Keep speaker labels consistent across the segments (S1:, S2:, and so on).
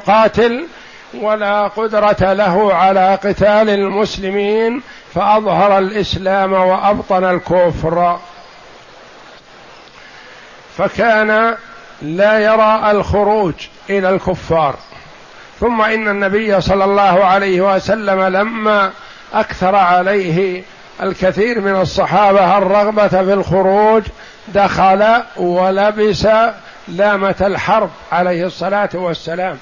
S1: قاتل ولا قدرة له على قتال المسلمين، فأظهر الإسلام وأبطن الكفر، فكان لا يرى الخروج إلى الكفار. ثم إن النبي صلى الله عليه وسلم لما أكثر عليه الكثير من الصحابة الرغبة في الخروج دخل ولبس لامة الحرب عليه الصلاة والسلام.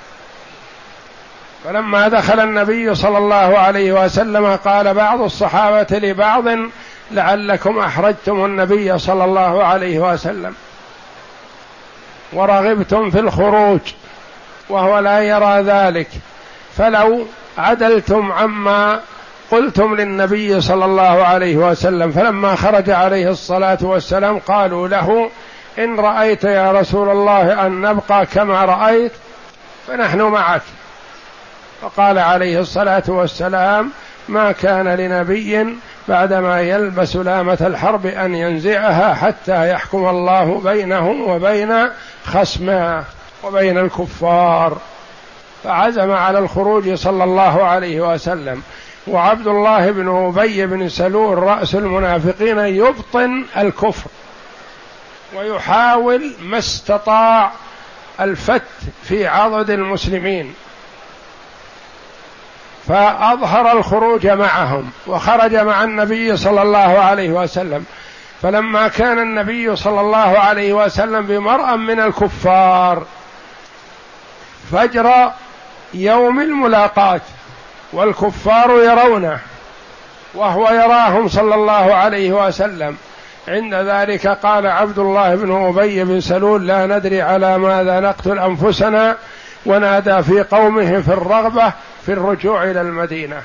S1: فلما دخل النبي صلى الله عليه وسلم قال بعض الصحابة لبعض: لعلكم أحرجتم النبي صلى الله عليه وسلم ورغبتم في الخروج وهو لا يرى ذلك، فلو عدلتم عما قلتم للنبي صلى الله عليه وسلم. فلما خرج عليه الصلاة والسلام قالوا له: إن رأيت يا رسول الله أن نبقى كما رأيت فنحن معك. فقال عليه الصلاة والسلام: ما كان لنبي بعدما يلبس لامة الحرب أن ينزعها حتى يحكم الله بينه وبين خصمه وبين الكفار. فعزم على الخروج صلى الله عليه وسلم. وعبد الله بن أبي بن سلول رأس المنافقين يبطن الكفر ويحاول ما استطاع الفت في عضد المسلمين، فأظهر الخروج معهم وخرج مع النبي صلى الله عليه وسلم. فلما كان النبي صلى الله عليه وسلم بمرأ من الكفار فجر يوم الملاقاة والكفار يرونه وهو يراهم صلى الله عليه وسلم، عند ذلك قال عبد الله بن أبي بن سلول: لا ندري على ماذا نقتل أنفسنا، ونادى في قومه في الرغبة في الرجوع إلى المدينة.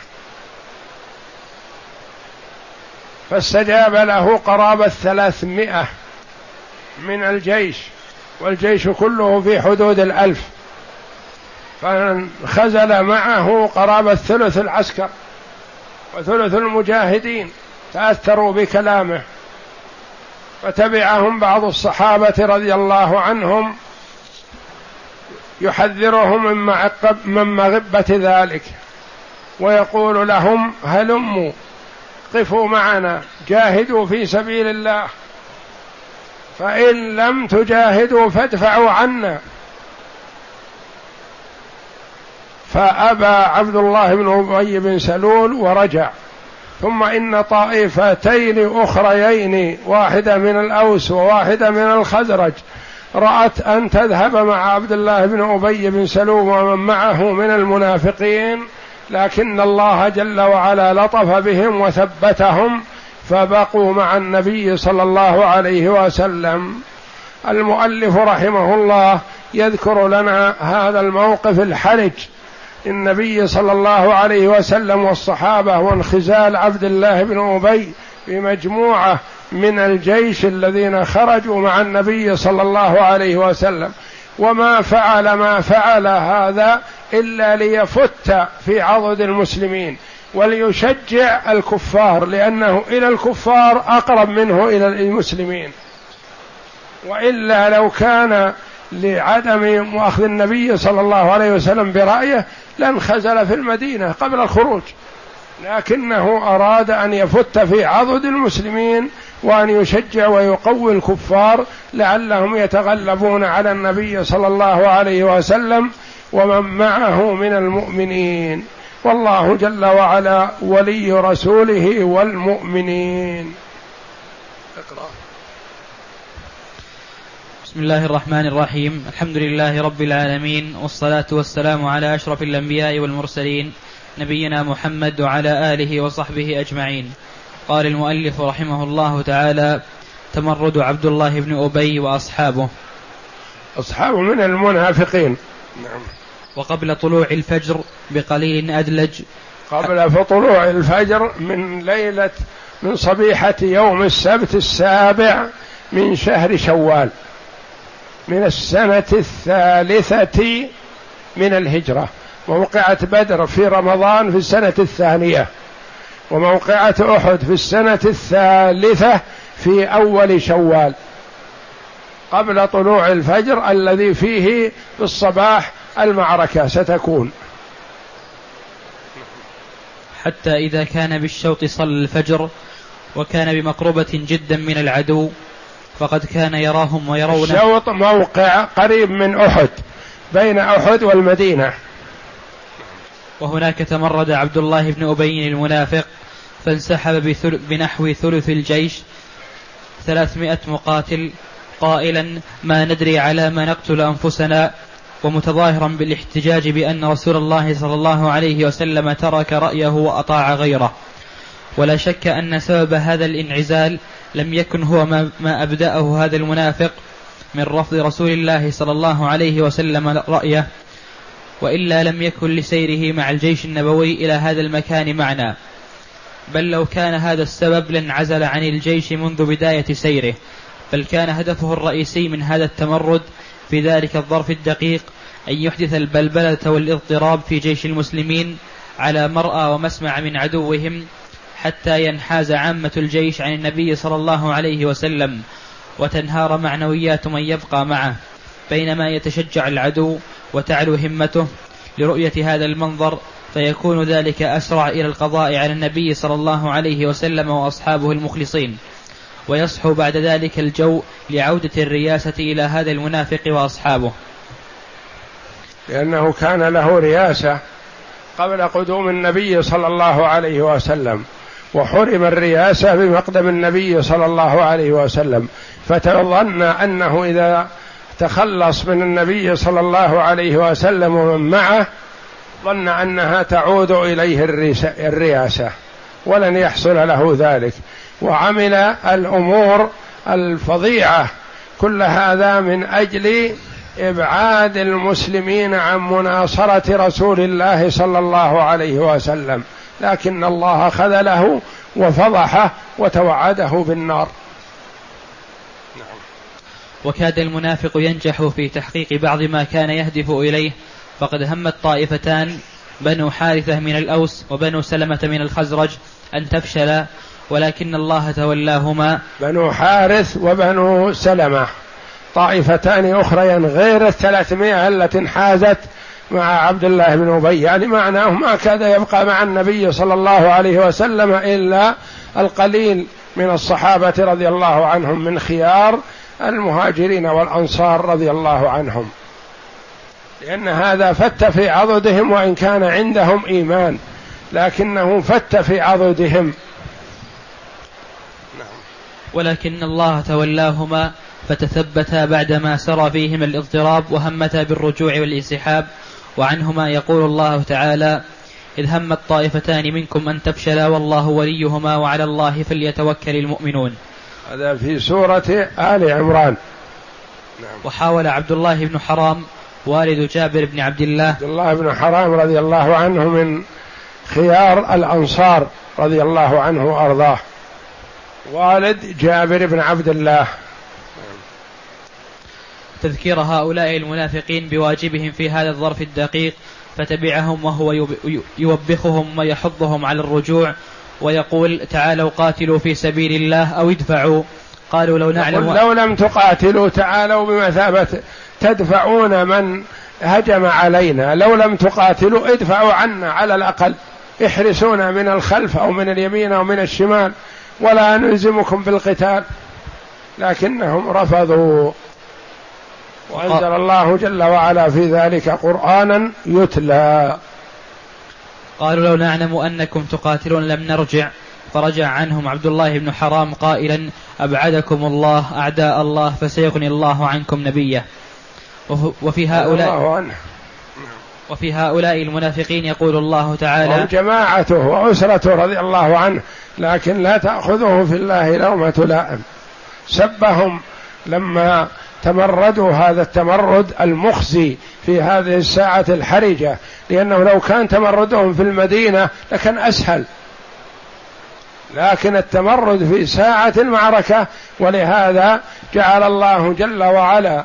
S1: فاستجاب له قرابة 300 من الجيش، والجيش كله في حدود 1000، فانخزل معه قرابة ثلث العسكر وثلث المجاهدين، تأثروا بكلامه. فتبعهم بعض الصحابة رضي الله عنهم يحذرهم من مغبة ذلك، ويقول لهم: هلموا قفوا معنا، جاهدوا في سبيل الله، فإن لم تجاهدوا فادفعوا عنا. فأبى عبد الله بن أبي بن سلول ورجع. ثم إن طائفتين أخريين، واحدة من الأوس وواحدة من الخزرج، رأت أن تذهب مع عبد الله بن أبي بن سلول ومن معه من المنافقين، لكن الله جل وعلا لطف بهم وثبتهم فبقوا مع النبي صلى الله عليه وسلم. المؤلف رحمه الله يذكر لنا هذا الموقف الحرج النبي صلى الله عليه وسلم والصحابة، وانخزال عبد الله بن أبي بمجموعة من الجيش الذين خرجوا مع النبي صلى الله عليه وسلم. وما فعل ما فعل هذا إلا ليفت في عضد المسلمين وليشجع الكفار، لأنه إلى الكفار أقرب منه إلى المسلمين. وإلا لو كان لعدم أخذ النبي صلى الله عليه وسلم برأيه لانخزل في المدينة قبل الخروج، لكنه أراد أن يفت في عضد المسلمين وأن يشجع ويقوي الكفار لعلهم يتغلبون على النبي صلى الله عليه وسلم ومن معه من المؤمنين. والله جل وعلا ولي رسوله والمؤمنين. اقرأ.
S2: بسم الله الرحمن الرحيم. الحمد لله رب العالمين، والصلاة والسلام على أشرف الأنبياء والمرسلين، نبينا محمد وعلى آله وصحبه أجمعين. قال المؤلف رحمه الله تعالى: تمرد عبد الله بن أبي وأصحابه.
S1: أصحابه من المنافقين. نعم.
S2: وقبل طلوع الفجر بقليل أدلج،
S1: قبل طلوع الفجر من صبيحة يوم السبت 7 من شهر شوال من السنة 3 من الهجرة. موقعة بدر في رمضان في السنة 2، وموقعة أحد في السنة 3 في أول شوال، قبل طلوع الفجر الذي فيه في الصباح المعركة ستكون.
S2: حتى إذا كان بالشوط صلى الفجر وكان بمقربة جدا من العدو فقد كان يراهم ويرونه.
S1: الشوط موقع قريب من أحد، بين أحد والمدينة.
S2: وهناك تمرد عبد الله بن أبي المنافق فانسحب بنحو ثلث الجيش 300 مقاتل قائلا: ما ندري على ما نقتل أنفسنا، ومتظاهرا بالاحتجاج بأن رسول الله صلى الله عليه وسلم ترك رأيه وأطاع غيره. ولا شك أن سبب هذا الانعزال لم يكن هو ما أبدأه هذا المنافق من رفض رسول الله صلى الله عليه وسلم رأيه، وإلا لم يكن لسيره مع الجيش النبوي إلى هذا المكان معنى، بل لو كان هذا السبب لانعزل عن الجيش منذ بداية سيره، بل كان هدفه الرئيسي من هذا التمرد في ذلك الظرف الدقيق أن يحدث البلبلة والاضطراب في جيش المسلمين على مرأى ومسمع من عدوهم، حتى ينحاز عامة الجيش عن النبي صلى الله عليه وسلم وتنهار معنويات من يبقى معه، بينما يتشجع العدو وتعلو همته لرؤية هذا المنظر، فيكون ذلك أسرع إلى القضاء على النبي صلى الله عليه وسلم وأصحابه المخلصين، ويصحو بعد ذلك الجو لعودة الرياسة إلى هذا المنافق وأصحابه،
S1: لأنه كان له رياسة قبل قدوم النبي صلى الله عليه وسلم، وحرم الرياسة بمقدم النبي صلى الله عليه وسلم، فتظن أنه إذا تخلص من النبي صلى الله عليه وسلم ومن معه ظن أنها تعود إليه الرياسة، ولن يحصل له ذلك، وعمل الأمور الفظيعة كل هذا من أجل إبعاد المسلمين عن مناصرة رسول الله صلى الله عليه وسلم، لكن الله خذله وفضحه وتوعده بالنار.
S2: وكاد المنافق ينجح في تحقيق بعض ما كان يهدف إليه، فقد همت طائفتان بنو حارثة من الأوس وبنو سلمة من الخزرج أن تفشل، ولكن الله تولاهما.
S1: بنو حارث وبنو سلمة طائفتان أخريان غير 300 التي انحازت مع عبد الله بن أبي، يعني معناه ما كاد يبقى مع النبي صلى الله عليه وسلم إلا القليل من الصحابة رضي الله عنهم من خيار المهاجرين والأنصار رضي الله عنهم، لأن هذا فت في عضدهم، وإن كان عندهم إيمان لكنه فت في عضدهم.
S2: ولكن الله تولاهما فتثبتا بعدما سرى فيهم الاضطراب وهمتا بالرجوع والانسحاب، وعنهما يقول الله تعالى: إذ همت طائفتان منكم أن تفشلا والله وليهما وعلى الله فليتوكل المؤمنون.
S1: هذا في سورة آل عمران.
S2: وحاول عبد الله بن حرام والد جابر بن عبد الله،
S1: عبد الله بن حرام رضي الله عنه من خيار الأنصار رضي الله عنه وأرضاه، والد جابر بن عبد الله،
S2: تذكير هؤلاء المنافقين بواجبهم في هذا الظرف الدقيق، فتبعهم وهو يوبخهم ويحضهم على الرجوع ويقول: تعالوا قاتلوا في سبيل الله أو ادفعوا. قالوا لو نعلم
S1: لو لم تقاتلوا تعالوا بمثابة تدفعون من هجم علينا، لو لم تقاتلوا ادفعوا عنا، على الأقل احرسونا من الخلف أو من اليمين أو من الشمال ولا نلزمكم بالقتال، لكنهم رفضوا، وأنزل الله جل وعلا في ذلك قرآنا يتلى.
S2: قالوا لو نعلم أنكم تقاتلون لم نرجع، فرجع عنهم عبد الله بن حرام قائلا: أبعدكم الله أعداء الله فسيغني الله عنكم نبيه. وفي هؤلاء المنافقين يقول الله تعالى:
S1: جماعته وأسرته رضي الله عنه، لكن لا تأخذه في الله لومة لائم، سبهم لما تمردوا هذا التمرد المخزي في هذه الساعة الحرجة، لأنه لو كان تمردهم في المدينة لكان أسهل، لكن التمرد في ساعة المعركة، ولهذا جعل الله جل وعلا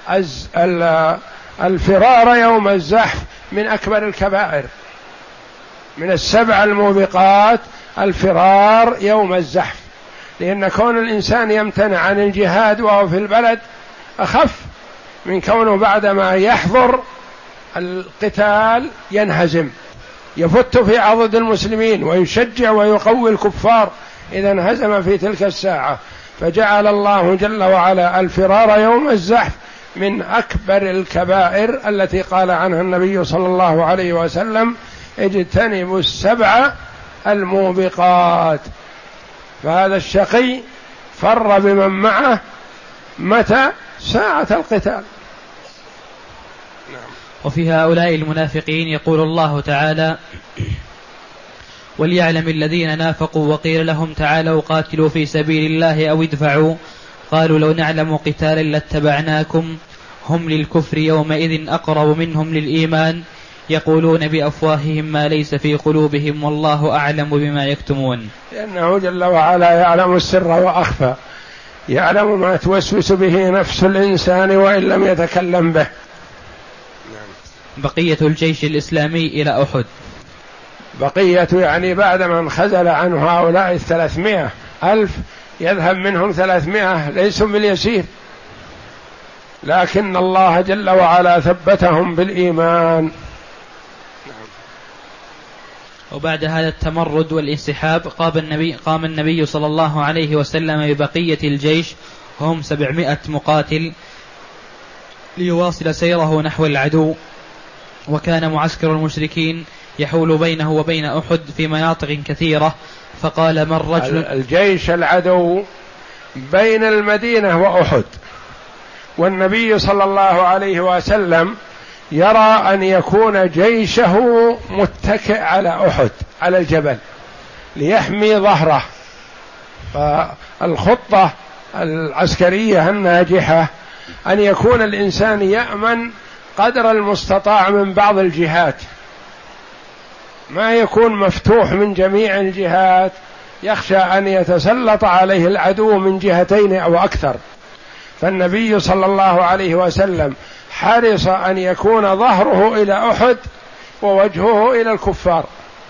S1: الفرار يوم الزحف من أكبر الكبائر، من 7 الموبقات الفرار يوم الزحف، لأن كون الإنسان يمتنع عن الجهاد وهو في البلد أخف من كونه بعدما يحضر القتال ينهزم، يفت في عضد المسلمين ويشجع ويقوي الكفار إذا انهزم في تلك الساعة. فجعل الله جل وعلا الفرار يوم الزحف من أكبر الكبائر التي قال عنها النبي صلى الله عليه وسلم: اجتنبوا السبع الموبقات. فهذا الشقي فر بمن معه متى؟ ساعة القتال.
S2: وفي هؤلاء المنافقين يقول الله تعالى: وليعلم الذين نافقوا وقيل لهم تعالوا قاتلوا في سبيل الله أو ادفعوا قالوا لو نعلم قتالا لاتبعناكم هم للكفر يومئذ أقرب منهم للإيمان يقولون بأفواههم ما ليس في قلوبهم والله أعلم بما يكتمون.
S1: لأنه جل وعلا يعلم السر وأخفى، يعلم ما توسوس به نفس الإنسان وإن لم يتكلم به.
S2: بقية الجيش الإسلامي إلى أحد.
S1: بقية يعني بعد ما انخزل عنه هؤلاء 300,000 يذهب منهم 300 ليسوا باليسير، لكن الله جل وعلا ثبتهم بالإيمان.
S2: وبعد هذا التمرد والانسحاب قام النبي صلى الله عليه وسلم ببقية الجيش هم 700 مقاتل ليواصل سيره نحو العدو. وكان معسكر المشركين يحول بينه وبين أحد في مناطق كثيرة. فقال: من رجل
S1: الجيش العدو بين المدينة وأحد، والنبي صلى الله عليه وسلم يرى أن يكون جيشه متكئ على أحد على الجبل ليحمي ظهره. فالخطة العسكرية الناجحة أن يكون الإنسان يأمن قدر المستطاع من بعض الجهات، ما يكون مفتوح من جميع الجهات يخشى أن يتسلط عليه العدو من جهتين أو أكثر. فالنبي صلى الله عليه وسلم حرص أن يكون ظهره إلى أحد ووجهه إلى الكفار.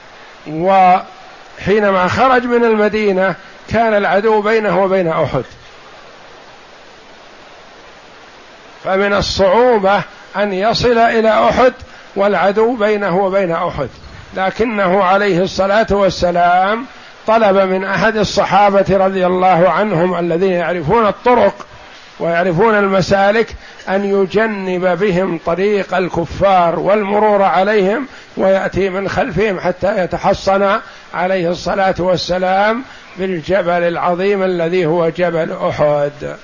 S1: وحينما خرج من المدينة كان العدو بينه وبين أحد، فمن الصعوبة أن يصل إلى أحد والعدو بينه وبين أحد، لكنه عليه الصلاة والسلام طلب من أحد الصحابة رضي الله عنهم الذين يعرفون الطرق ويعرفون المسالك أن يجنب بهم طريق الكفار والمرور عليهم ويأتي من خلفهم حتى يتحصن عليه الصلاة والسلام بالجبل العظيم الذي هو جبل أحد.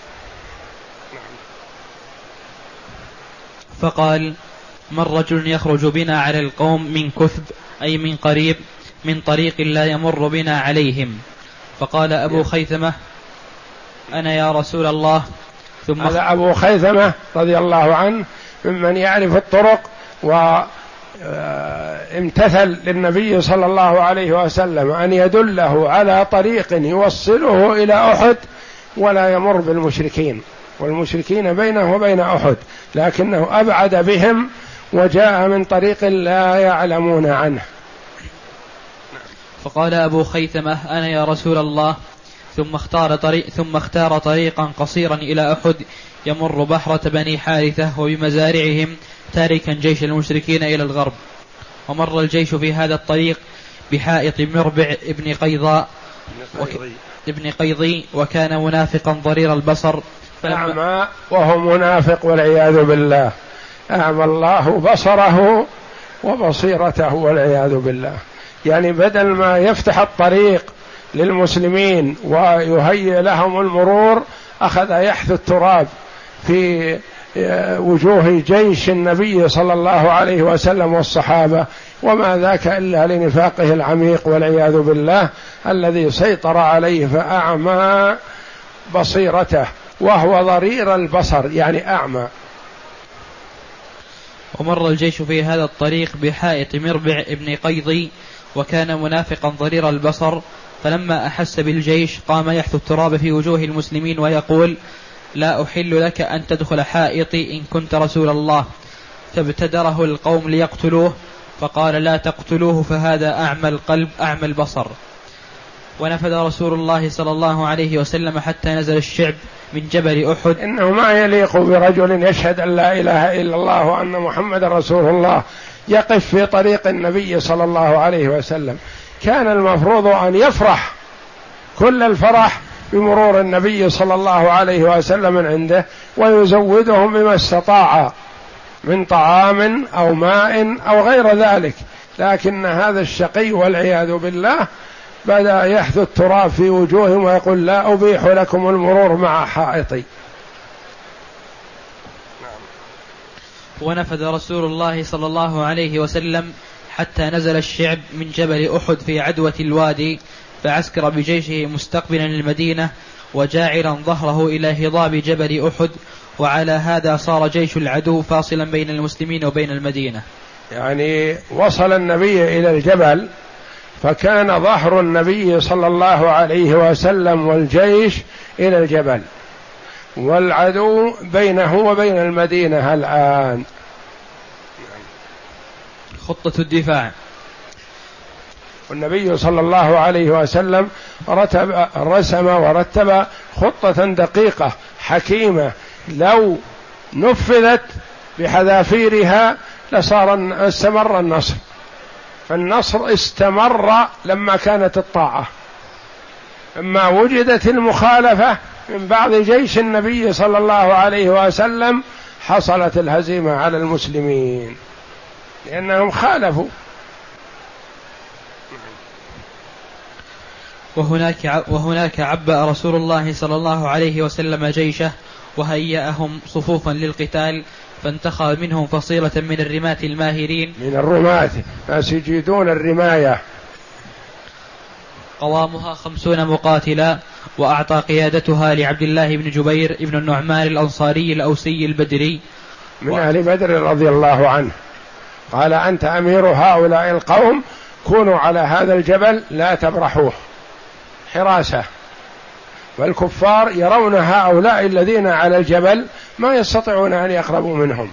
S2: فقال: من رجل يخرج بنا على القوم من كثب أي من قريب من طريق لا يمر بنا عليهم. فقال أبو خيثمة: أنا يا رسول الله. ثم
S1: هذا أبو خيثمة رضي الله عنه ممن يعرف الطرق وامتثل للنبي صلى الله عليه وسلم أن يدله على طريق يوصله إلى أحد ولا يمر بالمشركين، والمشركين بينه وبين أحد، لكنه أبعد بهم وجاء من طريق لا يعلمون عنه.
S2: فقال أبو خيثمة: أنا يا رسول الله. ثم اختار طريقا قصيرا إلى أحد يمر بحرة بني حارثة وبمزارعهم تاركا جيش المشركين إلى الغرب. ومر الجيش في هذا الطريق بحائط مربع ابن قيضي وكان منافقا ضرير البصر
S1: أعمى وهو منافق والعياذ بالله، أعمى الله بصره وبصيرته والعياذ بالله. يعني بدل ما يفتح الطريق للمسلمين ويهيئ لهم المرور أخذ يحث التراب في وجوه جيش النبي صلى الله عليه وسلم والصحابة، وما ذاك إلا لنفاقه العميق والعياذ بالله الذي سيطر عليه فأعمى بصيرته وهو ضرير البصر يعني أعمى.
S2: ومر الجيش في هذا الطريق بحائط مربع ابن قيضي وكان منافقا ضرير البصر. فلما أحس بالجيش قام يحث التراب في وجوه المسلمين ويقول: لا أحل لك أن تدخل حائطي إن كنت رسول الله. فابتدره القوم ليقتلوه فقال: لا تقتلوه فهذا أعمى القلب أعمى البصر. ونفذ رسول الله صلى الله عليه وسلم حتى نزل الشعب من جبل أحد.
S1: إنه ما يليق برجل يشهد أن لا إله إلا الله وأن محمد رسول الله يقف في طريق النبي صلى الله عليه وسلم. كان المفروض أن يفرح كل الفرح بمرور النبي صلى الله عليه وسلم من عنده، ويزودهم بما استطاع من طعام أو ماء أو غير ذلك، لكن هذا الشقي والعياذ بالله بدأ يحث التراب في وجوههم ويقول لا أبيح لكم المرور مع حائطي.
S2: ونفذ رسول الله صلى الله عليه وسلم حتى نزل الشعب من جبل أحد في عدوة الوادي، فعسكر بجيشه مستقبلا المدينة وجاعلا ظهره إلى هضاب جبل أحد، وعلى هذا صار جيش العدو فاصلا بين المسلمين وبين المدينة.
S1: يعني وصل النبي إلى الجبل، فكان ظهر النبي صلى الله عليه وسلم والجيش إلى الجبل، والعدو بينه وبين المدينة الآن.
S2: خطة الدفاع.
S1: والنبي صلى الله عليه وسلم رسم ورتب خطة دقيقة حكيمة، لو نفذت بحذافيرها استمر النصر، فالنصر استمر لما كانت الطاعة. لما وجدت المخالفة من بعض جيش النبي صلى الله عليه وسلم حصلت الهزيمة على المسلمين لأنهم خالفوا.
S2: وهناك عبأ رسول الله صلى الله عليه وسلم جيشه وهيأهم صفوفا للقتال، فانتخب منهم فصيلة من الرماة الماهرين،
S1: من الرماة ناس يجيدون الرماية،
S2: قوامها 50 مقاتلا، وأعطى قيادتها لعبد الله بن جبير بن النعمان الأنصاري الأوسي البدري
S1: من أهل بدر رضي الله عنه. قال أنت أمير هؤلاء القوم، كونوا على هذا الجبل لا تبرحوه حراسة، والكفار يرون هؤلاء الذين على الجبل ما يستطيعون أن يقربوا منهم،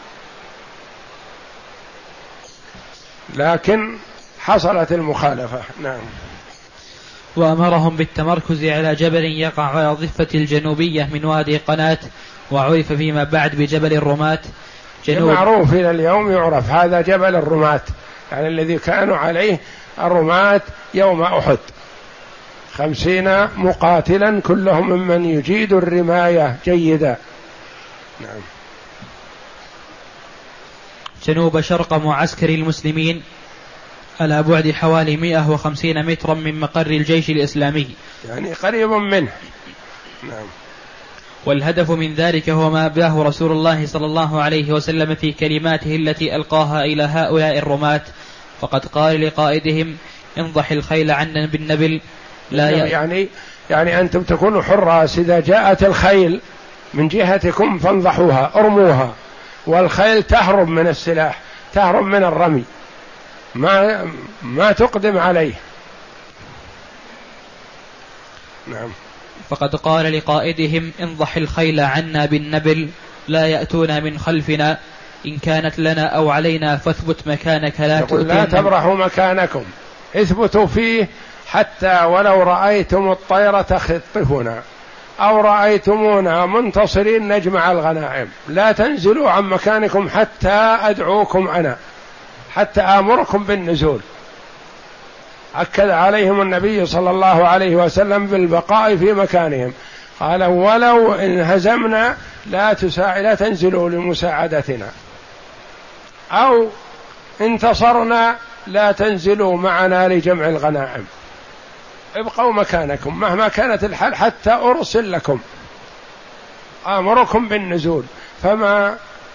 S1: لكن حصلت المخالفة. نعم.
S2: وأمرهم بالتمركز على جبل يقع على الضفة الجنوبية من وادي قناة، وعرف فيما بعد بجبل الرماة.
S1: معروف إلى اليوم، يعرف هذا جبل الرماة، يعني الذي كانوا عليه الرماة يوم أحد، 50 مقاتلا كلهم ممن يجيد الرماية جيدا. نعم.
S2: جنوب شرق معسكر المسلمين على بعد حوالي 150 مترا من مقر الجيش الإسلامي،
S1: يعني قريب منه. نعم.
S2: والهدف من ذلك هو ما أبداه رسول الله صلى الله عليه وسلم في كلماته التي ألقاها إلى هؤلاء الرماة، فقد قال لقائدهم انضح الخيل عنا بالنبل لا
S1: يعني أنتم تكونوا حراس، إذا جاءت الخيل من جهتكم فانضحوها ارموها، والخيل تهرب من السلاح، تهرب من الرمي، ما تقدم عليه. نعم.
S2: فقد قال لقائدهم انضح الخيل عنا بالنبل لا يأتون من خلفنا، إن كانت لنا أو علينا فاثبت مكانك
S1: لا تبرحوا مكانكم، اثبتوا فيه، حتى ولو رأيتم الطير تخطفنا أو رأيتمونا منتصرين نجمع الغنائم، لا تنزلوا عن مكانكم حتى أدعوكم أنا، حتى آمركم بالنزول. أكد عليهم النبي صلى الله عليه وسلم بالبقاء في مكانهم، قال ولو انهزمنا لا تنزلوا لمساعدتنا، أو انتصرنا لا تنزلوا معنا لجمع الغنائم، ابقوا مكانكم مهما كانت الحال حتى أرسل لكم، آمركم بالنزول. فما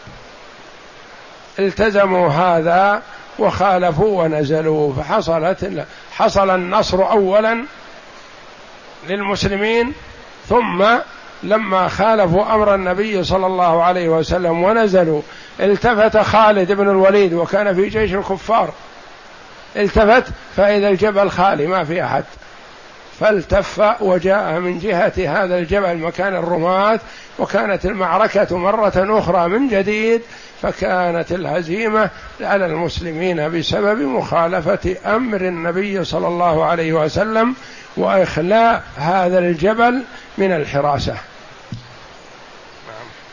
S1: التزموا هذا وخالفوا ونزلوا، حصل النصر أولا للمسلمين، ثم لما خالفوا أمر النبي صلى الله عليه وسلم ونزلوا التفت خالد بن الوليد وكان في جيش الكفار، التفت فإذا الجبل خالي ما في أحد، فالتف وجاء من جهة هذا الجبل مكان الرماة، وكانت المعركة مرة أخرى من جديد، فكانت الهزيمة على المسلمين بسبب مخالفة أمر النبي صلى الله عليه وسلم وإخلاء هذا الجبل من الحراسة.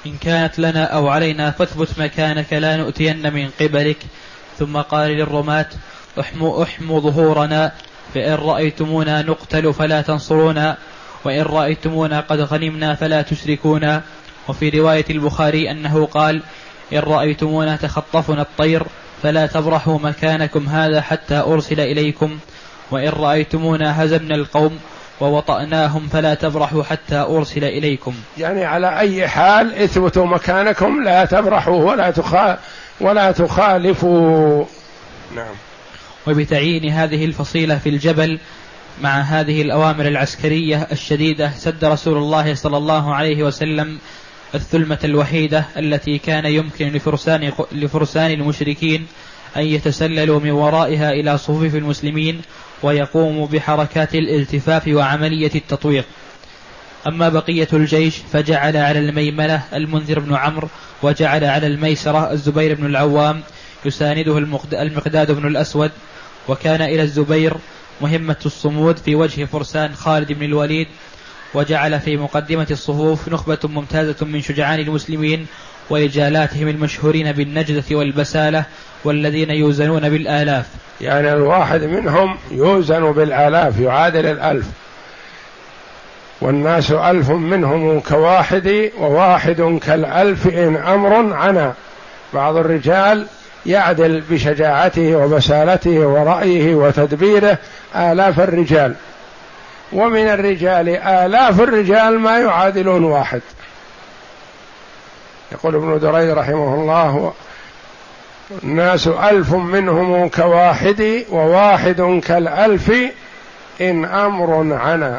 S2: إن كانت لنا أو علينا فاثبت مكانك لا نؤتين من قبلك. ثم قال للرماة احموا ظهورنا، فإن رأيتمونا نقتل فلا تنصرونا، وإن رأيتمونا قد غنمنا فلا تشركونا. وفي رواية البخاري أنه قال إن رأيتمونا تخطفنا الطير فلا تبرحوا مكانكم هذا حتى أرسل إليكم، وإن رأيتمونا هزمنا القوم ووطأناهم فلا تبرحوا حتى أرسل إليكم.
S1: يعني على أي حال اثبتوا مكانكم، لا تبرحوا ولا تخالفوا. نعم.
S2: وبتعيين هذه الفصيلة في الجبل مع هذه الأوامر العسكرية الشديدة سد رسول الله صلى الله عليه وسلم الثلمة الوحيدة التي كان يمكن لفرسان المشركين أن يتسللوا من ورائها إلى صفوف المسلمين ويقوموا بحركات الالتفاف وعملية التطويق. أما بقية الجيش فجعل على الميمنة المنذر بن عمرو، وجعل على الميسرة الزبير بن العوام يسانده المقداد بن الأسود. وكان إلى الزبير مهمة الصمود في وجه فرسان خالد بن الوليد، وجعل في مقدمة الصفوف نخبة ممتازة من شجعان المسلمين ورجالاتهم المشهورين بالنجدة والبسالة والذين يوزنون بالآلاف.
S1: يعني الواحد منهم يوزن بالآلاف، يعادل 1000، والناس 1000 منهم كواحد، وواحد كالألف إن أمر عنا. بعض الرجال يعدل بشجاعته وبسالته ورأيه وتدبيره آلاف الرجال، ومن الرجال آلاف الرجال ما يعادلون واحد. يقول ابن دريد رحمه الله الناس 1000 منهم كواحد، وواحد كالألف إن أمر عنا.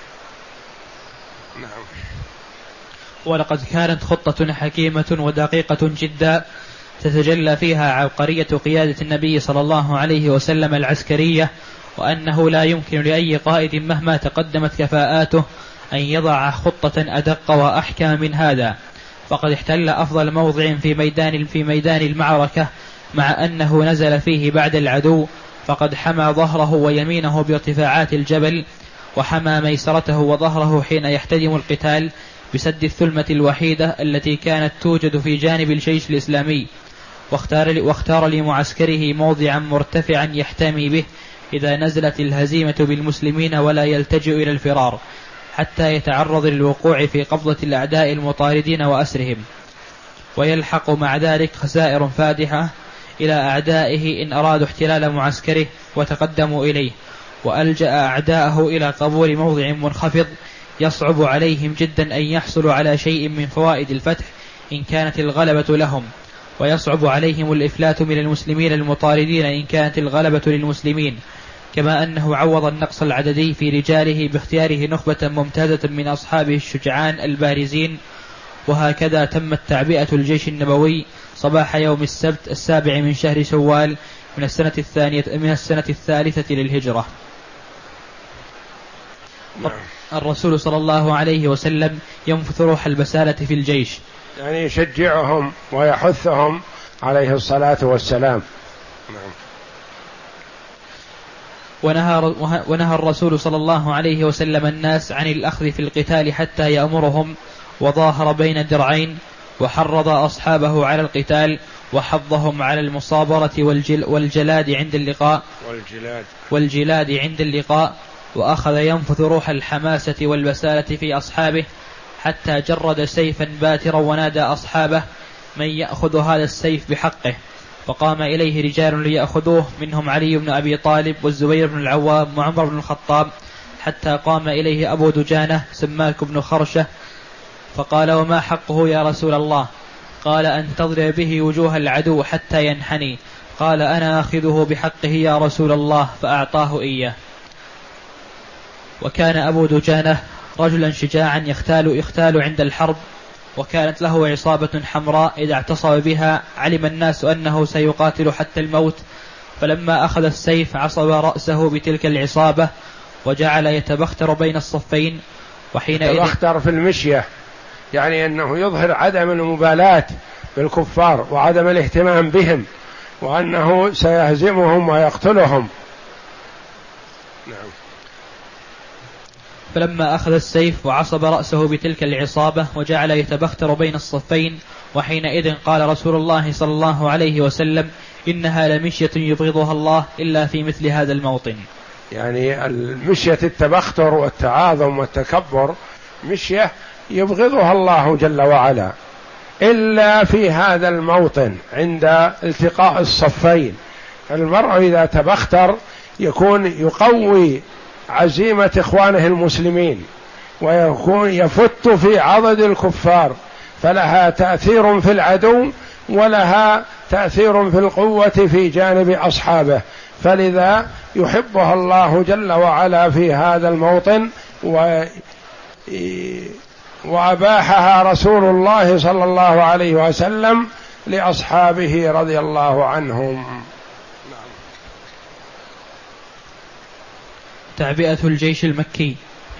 S2: نعم. ولقد كانت خطة حكيمة ودقيقة جدا تتجلى فيها عبقرية قيادة النبي صلى الله عليه وسلم العسكرية، وأنه لا يمكن لأي قائد مهما تقدمت كفاءاته أن يضع خطة أدق وأحكم من هذا. فقد احتل أفضل موضع في ميدان المعركة، مع أنه نزل فيه بعد العدو، فقد حمى ظهره ويمينه بارتفاعات الجبل، وحمى ميسرته وظهره حين يحتدم القتال بسد الثلمة الوحيدة التي كانت توجد في جانب الجيش الإسلامي. واختار لمعسكره موضعا مرتفعا يحتمي به إذا نزلت الهزيمة بالمسلمين ولا يلتجئ إلى الفرار، حتى يتعرض للوقوع في قبضة الأعداء المطاردين وأسرهم، ويلحق مع ذلك خسائر فادحة إلى أعدائه إن أرادوا احتلال معسكره وتقدموا إليه. وألجأ أعداءه إلى قبول موضع منخفض يصعب عليهم جدا أن يحصلوا على شيء من فوائد الفتح إن كانت الغلبة لهم، ويصعب عليهم الإفلات من المسلمين المطاردين إن كانت الغلبة للمسلمين. كما أنه عوض النقص العددي في رجاله باختياره نخبة ممتازة من أصحابه الشجعان البارزين. وهكذا تمت تعبئة الجيش النبوي صباح يوم السبت 7 من شهر شوال من السنة الثالثة للهجرة. الرسول صلى الله عليه وسلم ينفث روح البسالة في الجيش،
S1: يعني يشجعهم ويحثهم عليه الصلاة والسلام.
S2: ونهى الرسول صلى الله عليه وسلم الناس عن الأخذ في القتال حتى يأمرهم، وظاهر بين الدرعين، وحرض أصحابه على القتال، وحضهم على المصابرة والجلاد عند اللقاء، وأخذ ينفث روح الحماسة والبسالة في أصحابه حتى جرد سيفا باترا ونادى أصحابه من يأخذ هذا السيف بحقه، فقام إليه رجال ليأخذوه، منهم علي بن أبي طالب والزبير بن العوام وعمر بن الخطاب، حتى قام إليه أبو دجانة سماك بن خرشة فقال وما حقه يا رسول الله؟ قال أن تضرب به وجوه العدو حتى ينحني. قال أنا أخذه بحقه يا رسول الله، فأعطاه إياه. وكان أبو دجانة رجلا شجاعا يختال عند الحرب، وكانت له عصابة حمراء إذا اعتصم بها علم الناس أنه سيقاتل حتى الموت، فلما أخذ السيف عصب رأسه بتلك العصابة وجعل يتبختر بين الصفين. وحينئذ
S1: يتبختر في المشية، يعني أنه يظهر عدم المبالاة بالكفار وعدم الاهتمام بهم، وأنه سيهزمهم ويقتلهم. نعم.
S2: فلما أخذ السيف وعصب رأسه بتلك العصابة وجعل يتبختر بين الصفين، وحينئذ قال رسول الله صلى الله عليه وسلم: إنها لمشية يبغضها الله إلا في مثل هذا الموطن.
S1: يعني المشية التبختر والتعاظم والتكبر مشية يبغضها الله جل وعلا إلا في هذا الموطن عند التقاء الصفين. المرء إذا تبختر يكون يقوي عزيمة إخوانه المسلمين ويكون يفت في عضد الكفار، فلها تأثير في العدو ولها تأثير في القوة في جانب أصحابه، فلذا يحبها الله جل وعلا في هذا الموطن وأباحها رسول الله صلى الله عليه وسلم لأصحابه رضي الله عنهم.
S2: تعبئة الجيش المكي.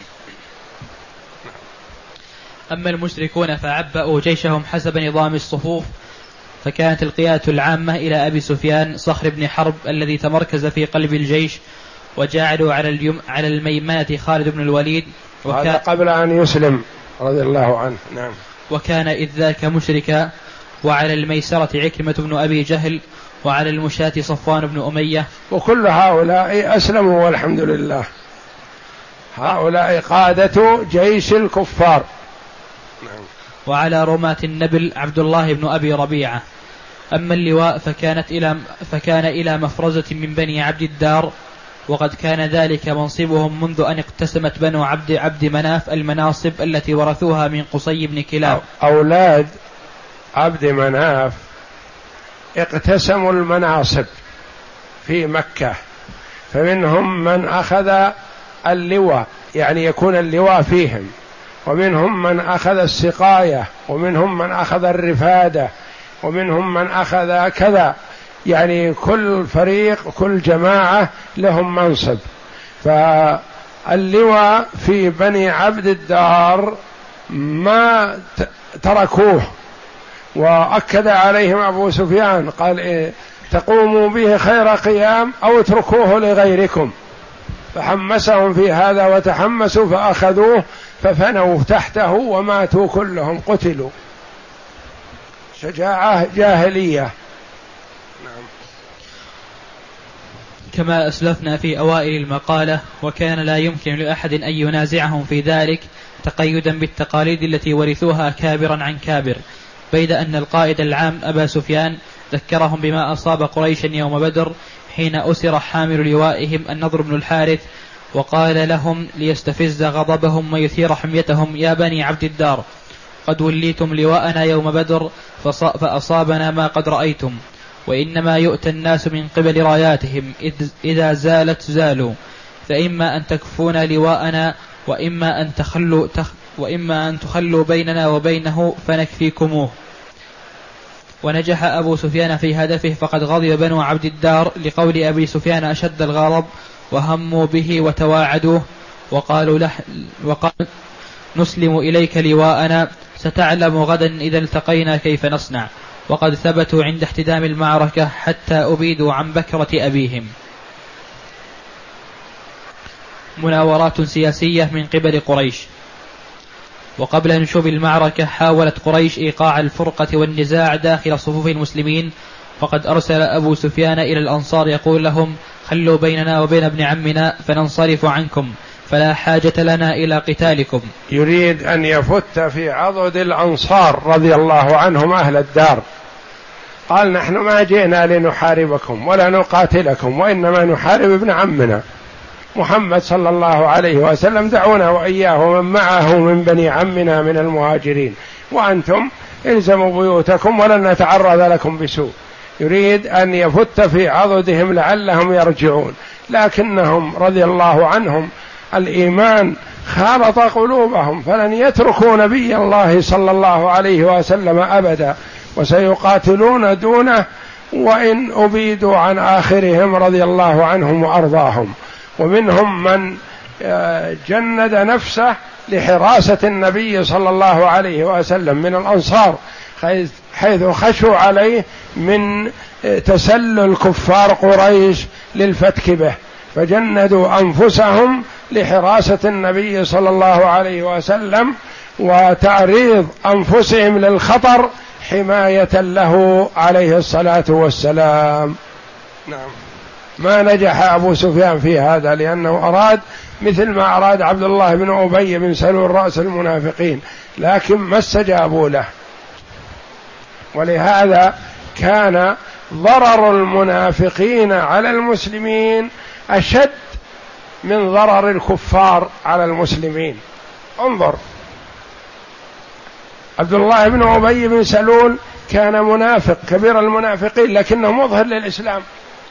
S2: أما المشركون فعبأوا جيشهم حسب نظام الصفوف، فكانت القيادة العامة إلى أبي سفيان صخر بن حرب الذي تمركز في قلب الجيش، وجعلوا على الميمنة خالد بن الوليد،
S1: هذا قبل أن يسلم رضي الله عنه. نعم.
S2: وكان إذ ذاك مشركا، وعلى الميسرة عكرمة بن أبي جهل، وعلى المشاة صفوان بن أمية،
S1: وكل هؤلاء أسلموا والحمد لله. هؤلاء قادة جيش الكفار.
S2: وعلى رماة النبل عبد الله بن أبي ربيعة. أما اللواء فكان إلى مفرزة من بني عبد الدار، وقد كان ذلك منصبهم منذ أن اقتسمت بنو عبد مناف المناصب التي ورثوها من قصي بن كلاب.
S1: أولاد عبد مناف اقتسموا المناصب في مكة، فمنهم من أخذ اللواء يعني يكون اللواء فيهم، ومنهم من أخذ السقاية، ومنهم من أخذ الرفادة، ومنهم من أخذ كذا، يعني كل فريق كل جماعة لهم منصب. فاللواء في بني عبد الدار ما تركوه، وأكد عليهم أبو سفيان قال تقوموا به خير قيام أو اتركوه لغيركم، فحمسهم في هذا وتحمسوا فأخذوه ففنوا تحته وماتوا كلهم قتلوا. شجاعة جاهلية. نعم.
S2: كما أسلفنا في أوائل المقالة، وكان لا يمكن لأحد أن ينازعهم في ذلك تقيدا بالتقاليد التي ورثوها كابرا عن كابر، بيد أن القائد العام أبا سفيان ذكرهم بما أصاب قريشا يوم بدر حين أسر حامل لوائهم النضر بن الحارث، وقال لهم ليستفز غضبهم ويثير حميتهم: يا بني عبد الدار، قد وليتم لواءنا يوم بدر فأصابنا ما قد رأيتم، وإنما يؤتى الناس من قبل راياتهم، إذا زالت زالوا، فإما أن تكفون لواءنا وإما أن تخلوا بيننا وبينه فنكفيكموه. ونجح أبو سفيان في هدفه، فقد غضب بنو عبد الدار لقول أبي سفيان أشد الغضب، وهموا به وتواعدوه، وقال نسلم إليك لواءنا، ستعلم غدا إذا التقينا كيف نصنع. وقد ثبتوا عند احتدام المعركة حتى أبيدوا عن بكرة أبيهم. مناورات سياسية من قبل قريش. وقبل نشوب المعركة حاولت قريش إيقاع الفرقة والنزاع داخل صفوف المسلمين، فقد أرسل أبو سفيان إلى الأنصار يقول لهم: خلوا بيننا وبين ابن عمنا فننصرف عنكم، فلا حاجة لنا إلى قتالكم.
S1: يريد أن يفت في عضد الأنصار رضي الله عنهم أهل الدار. قال: نحن ما جئنا لنحاربكم ولا نقاتلكم، وإنما نحارب ابن عمنا محمد صلى الله عليه وسلم، دعونا وإياه ومن معه من بني عمنا من المهاجرين، وأنتم الزموا بيوتكم ولن نتعرض لكم بسوء. يريد أن يفت في عضدهم لعلهم يرجعون، لكنهم رضي الله عنهم الإيمان خالط قلوبهم، فلن يتركوا نبي الله صلى الله عليه وسلم أبدا، وسيقاتلون دونه وإن أبيدوا عن آخرهم رضي الله عنهم وأرضاهم. ومنهم من جند نفسه لحراسة النبي صلى الله عليه وسلم من الأنصار، حيث خشوا عليه من تسلل كفار قريش للفتك به، فجندوا أنفسهم لحراسة النبي صلى الله عليه وسلم وتعريض أنفسهم للخطر حماية له عليه الصلاة والسلام. نعم. ما نجح أبو سفيان في هذا لأنه أراد مثل ما أراد عبد الله بن أبي بن سلول رأس المنافقين، لكن ما استجابوا له، ولهذا كان ضرر المنافقين على المسلمين أشد من ضرر الكفار على المسلمين. انظر، عبد الله بن أبي بن سلول كان منافق كبير المنافقين لكنه مظهر للإسلام،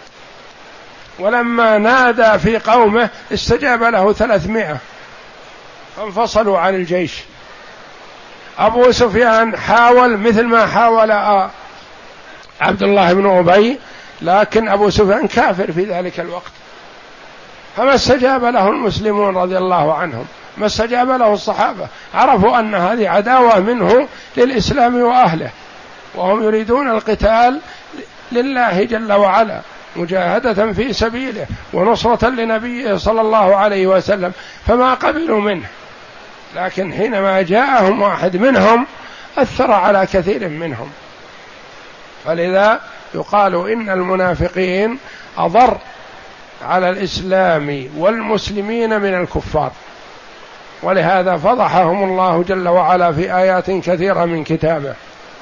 S1: ولما نادى في قومه استجاب له 300 فانفصلوا عن الجيش. أبو سفيان حاول مثل ما حاول عبد الله بن أبي، لكن أبو سفيان كافر في ذلك الوقت، فما استجاب له المسلمون رضي الله عنهم، ما استجاب له الصحابة، عرفوا أن هذه عداوة منه للإسلام وأهله، وهم يريدون القتال لله جل وعلا مجاهدة في سبيله ونصرة لنبيه صلى الله عليه وسلم، فما قبلوا منه. لكن حينما جاءهم واحد منهم أثر على كثير منهم، فلذا يقال إن المنافقين أضر على الإسلام والمسلمين من الكفار، ولهذا فضحهم الله جل وعلا في آيات كثيرة من كتابه.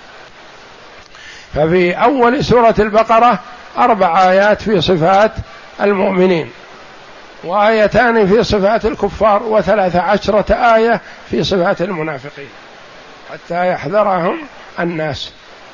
S1: ففي أول سورة البقرة 4 آيات في صفات المؤمنين، وآيتان في صفات الكفار، و13 آية في صفات المنافقين حتى يحذرهم الناس.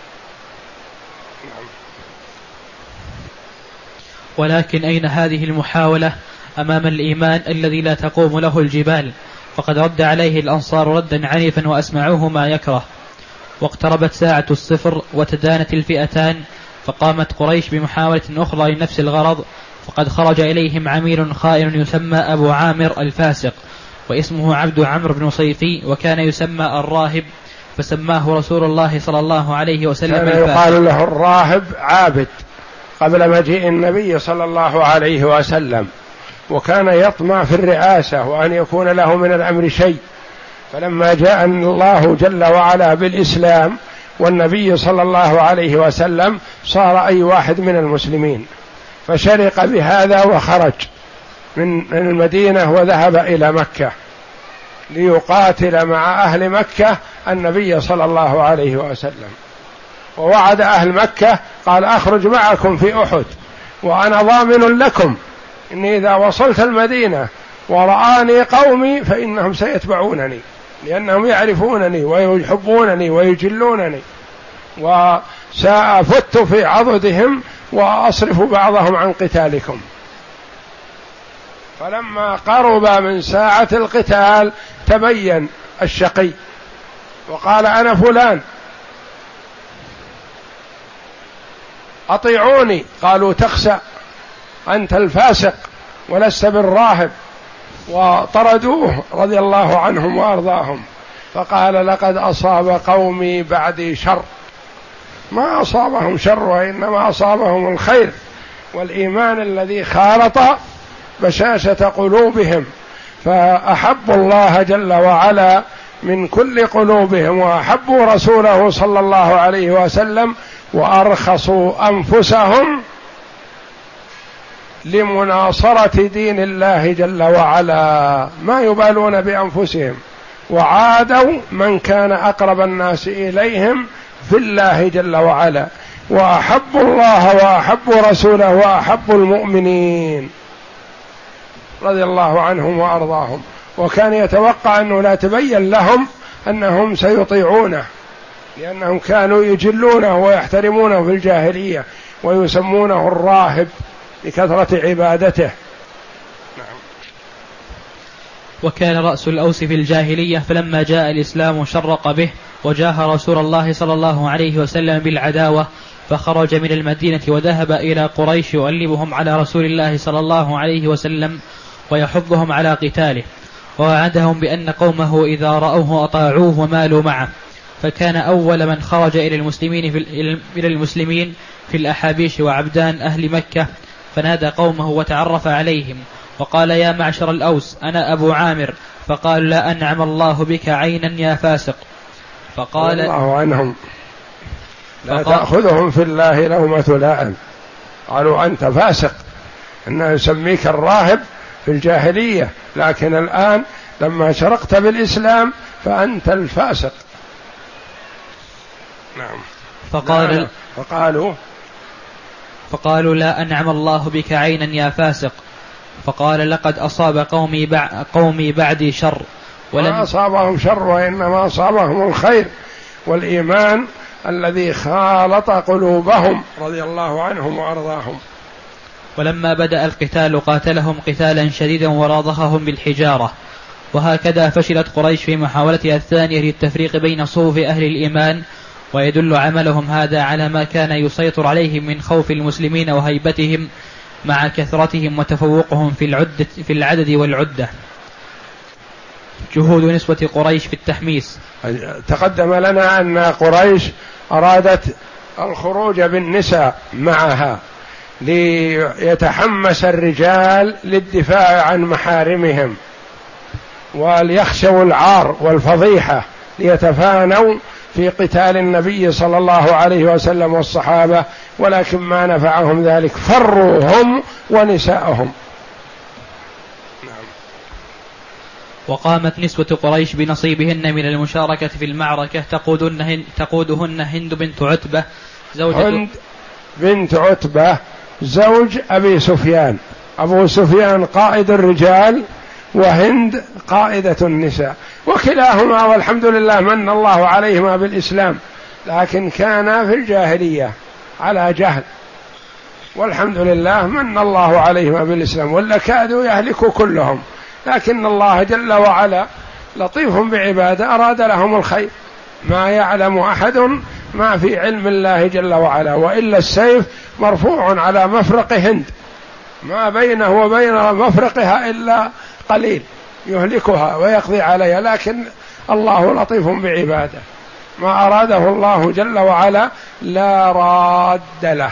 S2: ولكن أين هذه المحاولة أمام الإيمان الذي لا تقوم له الجبال؟ فقد رد عليه الأنصار ردا عنيفا وأسمعوه ما يكره. واقتربت ساعة الصفر وتدانت الفئتان، فقامت قريش بمحاولة أخرى لنفس الغرض، فقد خرج إليهم عميل خائن يسمى أبو عامر الفاسق، واسمه عبد عمرو بن صيفي، وكان يسمى الراهب، فسماه رسول الله صلى الله عليه وسلم
S1: كان يقال له الراهب عابد قبل مجيء النبي صلى الله عليه وسلم، وكان يطمع في الرئاسة وأن يكون له من الأمر شيء، فلما جاء الله جل وعلا بالإسلام والنبي صلى الله عليه وسلم صار أي واحد من المسلمين، فشرق بهذا وخرج من المدينة وذهب إلى مكة ليقاتل مع أهل مكة النبي صلى الله عليه وسلم، ووعد أهل مكة قال أخرج معكم في أحد وأنا ضامن لكم إني إذا وصلت المدينة ورآني قومي فإنهم سيتبعونني، لأنهم يعرفونني ويحبونني ويجلونني، وسأفت في عضدهم وأصرف بعضهم عن قتالكم. فلما قرب من ساعة القتال تبين الشقي وقال أنا فلان أطيعوني، قالوا تخسأ أنت الفاسق ولست بالراهب، وطردوه رضي الله عنهم وأرضاهم. فقال لقد أصاب قومي بعدي شر، ما أصابهم شر وإنما أصابهم الخير والإيمان الذي خالط بشاشة قلوبهم، فأحبوا الله جل وعلا من كل قلوبهم وأحبوا رسوله صلى الله عليه وسلم، وأرخصوا أنفسهم لمناصرة دين الله جل وعلا، ما يبالون بأنفسهم، وعادوا من كان أقرب الناس إليهم في الله جل وعلا، وأحبوا الله وأحبوا رسوله وأحبوا المؤمنين رضي الله عنهم وأرضاهم. وكان يتوقع أنه لا تبين لهم أنهم سيطيعونه، لأنهم كانوا يجلونه ويحترمونه في الجاهلية ويسمونه الراهب لكثرة عبادته. نعم.
S2: وكان رأس الأوس في الجاهلية، فلما جاء الإسلام شرق به وجاه رسول الله صلى الله عليه وسلم بالعداوة، فخرج من المدينة وذهب إلى قريش يؤلبهم على رسول الله صلى الله عليه وسلم ويحضهم على قتاله، ووعدهم بأن قومه إذا رأوه أطاعوه ومالوا معه. فكان أول من خرج إلى المسلمين في الأحابيش وعبدان أهل مكة، فنادى قومه وتعرف عليهم وقال يا معشر الأوس أنا أبو عامر، فقال لا أنعم الله بك عينا يا فاسق. فقال
S1: الله عنهم لا تأخذهم في الله لومة لائم، قالوا أنت فاسق، إنه يسميك الراهب في الجاهلية، لكن الآن لما شرقت بالإسلام فأنت الفاسق. نعم.
S2: فقالوا لا أنعم الله بك عينا يا فاسق. فقال لقد أصاب قومي بعدي شر،
S1: ما أصابهم شر وإنما أصابهم الخير والإيمان الذي خالط قلوبهم رضي الله عنهم وأرضاهم.
S2: ولما بدأ القتال قاتلهم قتالا شديدا وراضخهم بالحجارة. وهكذا فشلت قريش في محاولتها الثانية للتفريق بين صفوف أهل الإيمان، ويدل عملهم هذا على ما كان يسيطر عليهم من خوف المسلمين وهيبتهم مع كثرتهم وتفوقهم في العدد والعدة. جهود نسوة قريش في التحميس.
S1: تقدم لنا أن قريش أرادت الخروج بالنساء معها ليتحمس الرجال للدفاع عن محارمهم وليخشوا العار والفضيحة ليتفانوا في قتال النبي صلى الله عليه وسلم والصحابة، ولكن ما نفعهم ذلك، فروا هم ونساءهم.
S2: وقامت نسوة قريش بنصيبهن من المشاركة في المعركة، تقودهن هند بنت عتبة
S1: هند بنت عتبة زوج أبي سفيان، أبو سفيان قائد الرجال وهند قائدة النساء، وكلاهما والحمد لله من الله عليهما بالإسلام، لكن كانا في الجاهلية على جهل، والحمد لله من الله عليهما بالإسلام، ولا كادوا يهلكوا كلهم، لكن الله جل وعلا لطيف بعباده أراد لهم الخير، ما يعلم أحد ما في علم الله جل وعلا، وإلا السيف مرفوع على مفرق هند، ما بينه وبين مفرقها إلا قليل يهلكها ويقضي عليها، لكن الله لطيف بعباده، ما أراده الله جل وعلا لا راد له.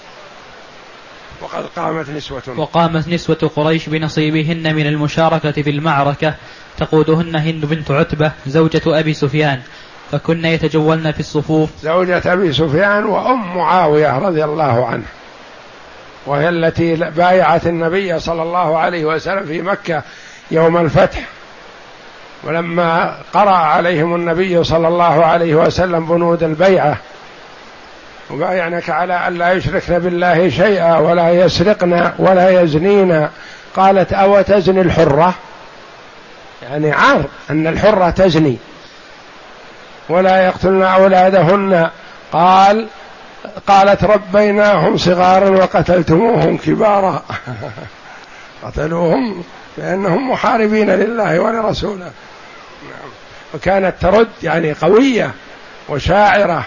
S2: وقامت نسوة قريش بنصيبهن من المشاركة في المعركة، تقودهن هند بنت عتبة زوجة أبي سفيان، فكن يتجولن في الصفوف.
S1: زوجة أبي سفيان وأم معاوية رضي الله عنه، وهي التي بايعت النبي صلى الله عليه وسلم في مكة يوم الفتح، ولما قرأ عليهم النبي صلى الله عليه وسلم بنود البيعة وبايعنك على أن لا يشركن بالله شيئا ولا يسرقن ولا يزنين، قالت أو تزني الحرة، يعني عار أن الحرة تزني، ولا يقتلن أولادهن، قالت ربيناهم صغارا وقتلتموهم كبارا قتلوهم لأنهم محاربين لله ولرسوله. وكانت ترد يعني قوية وشاعرة.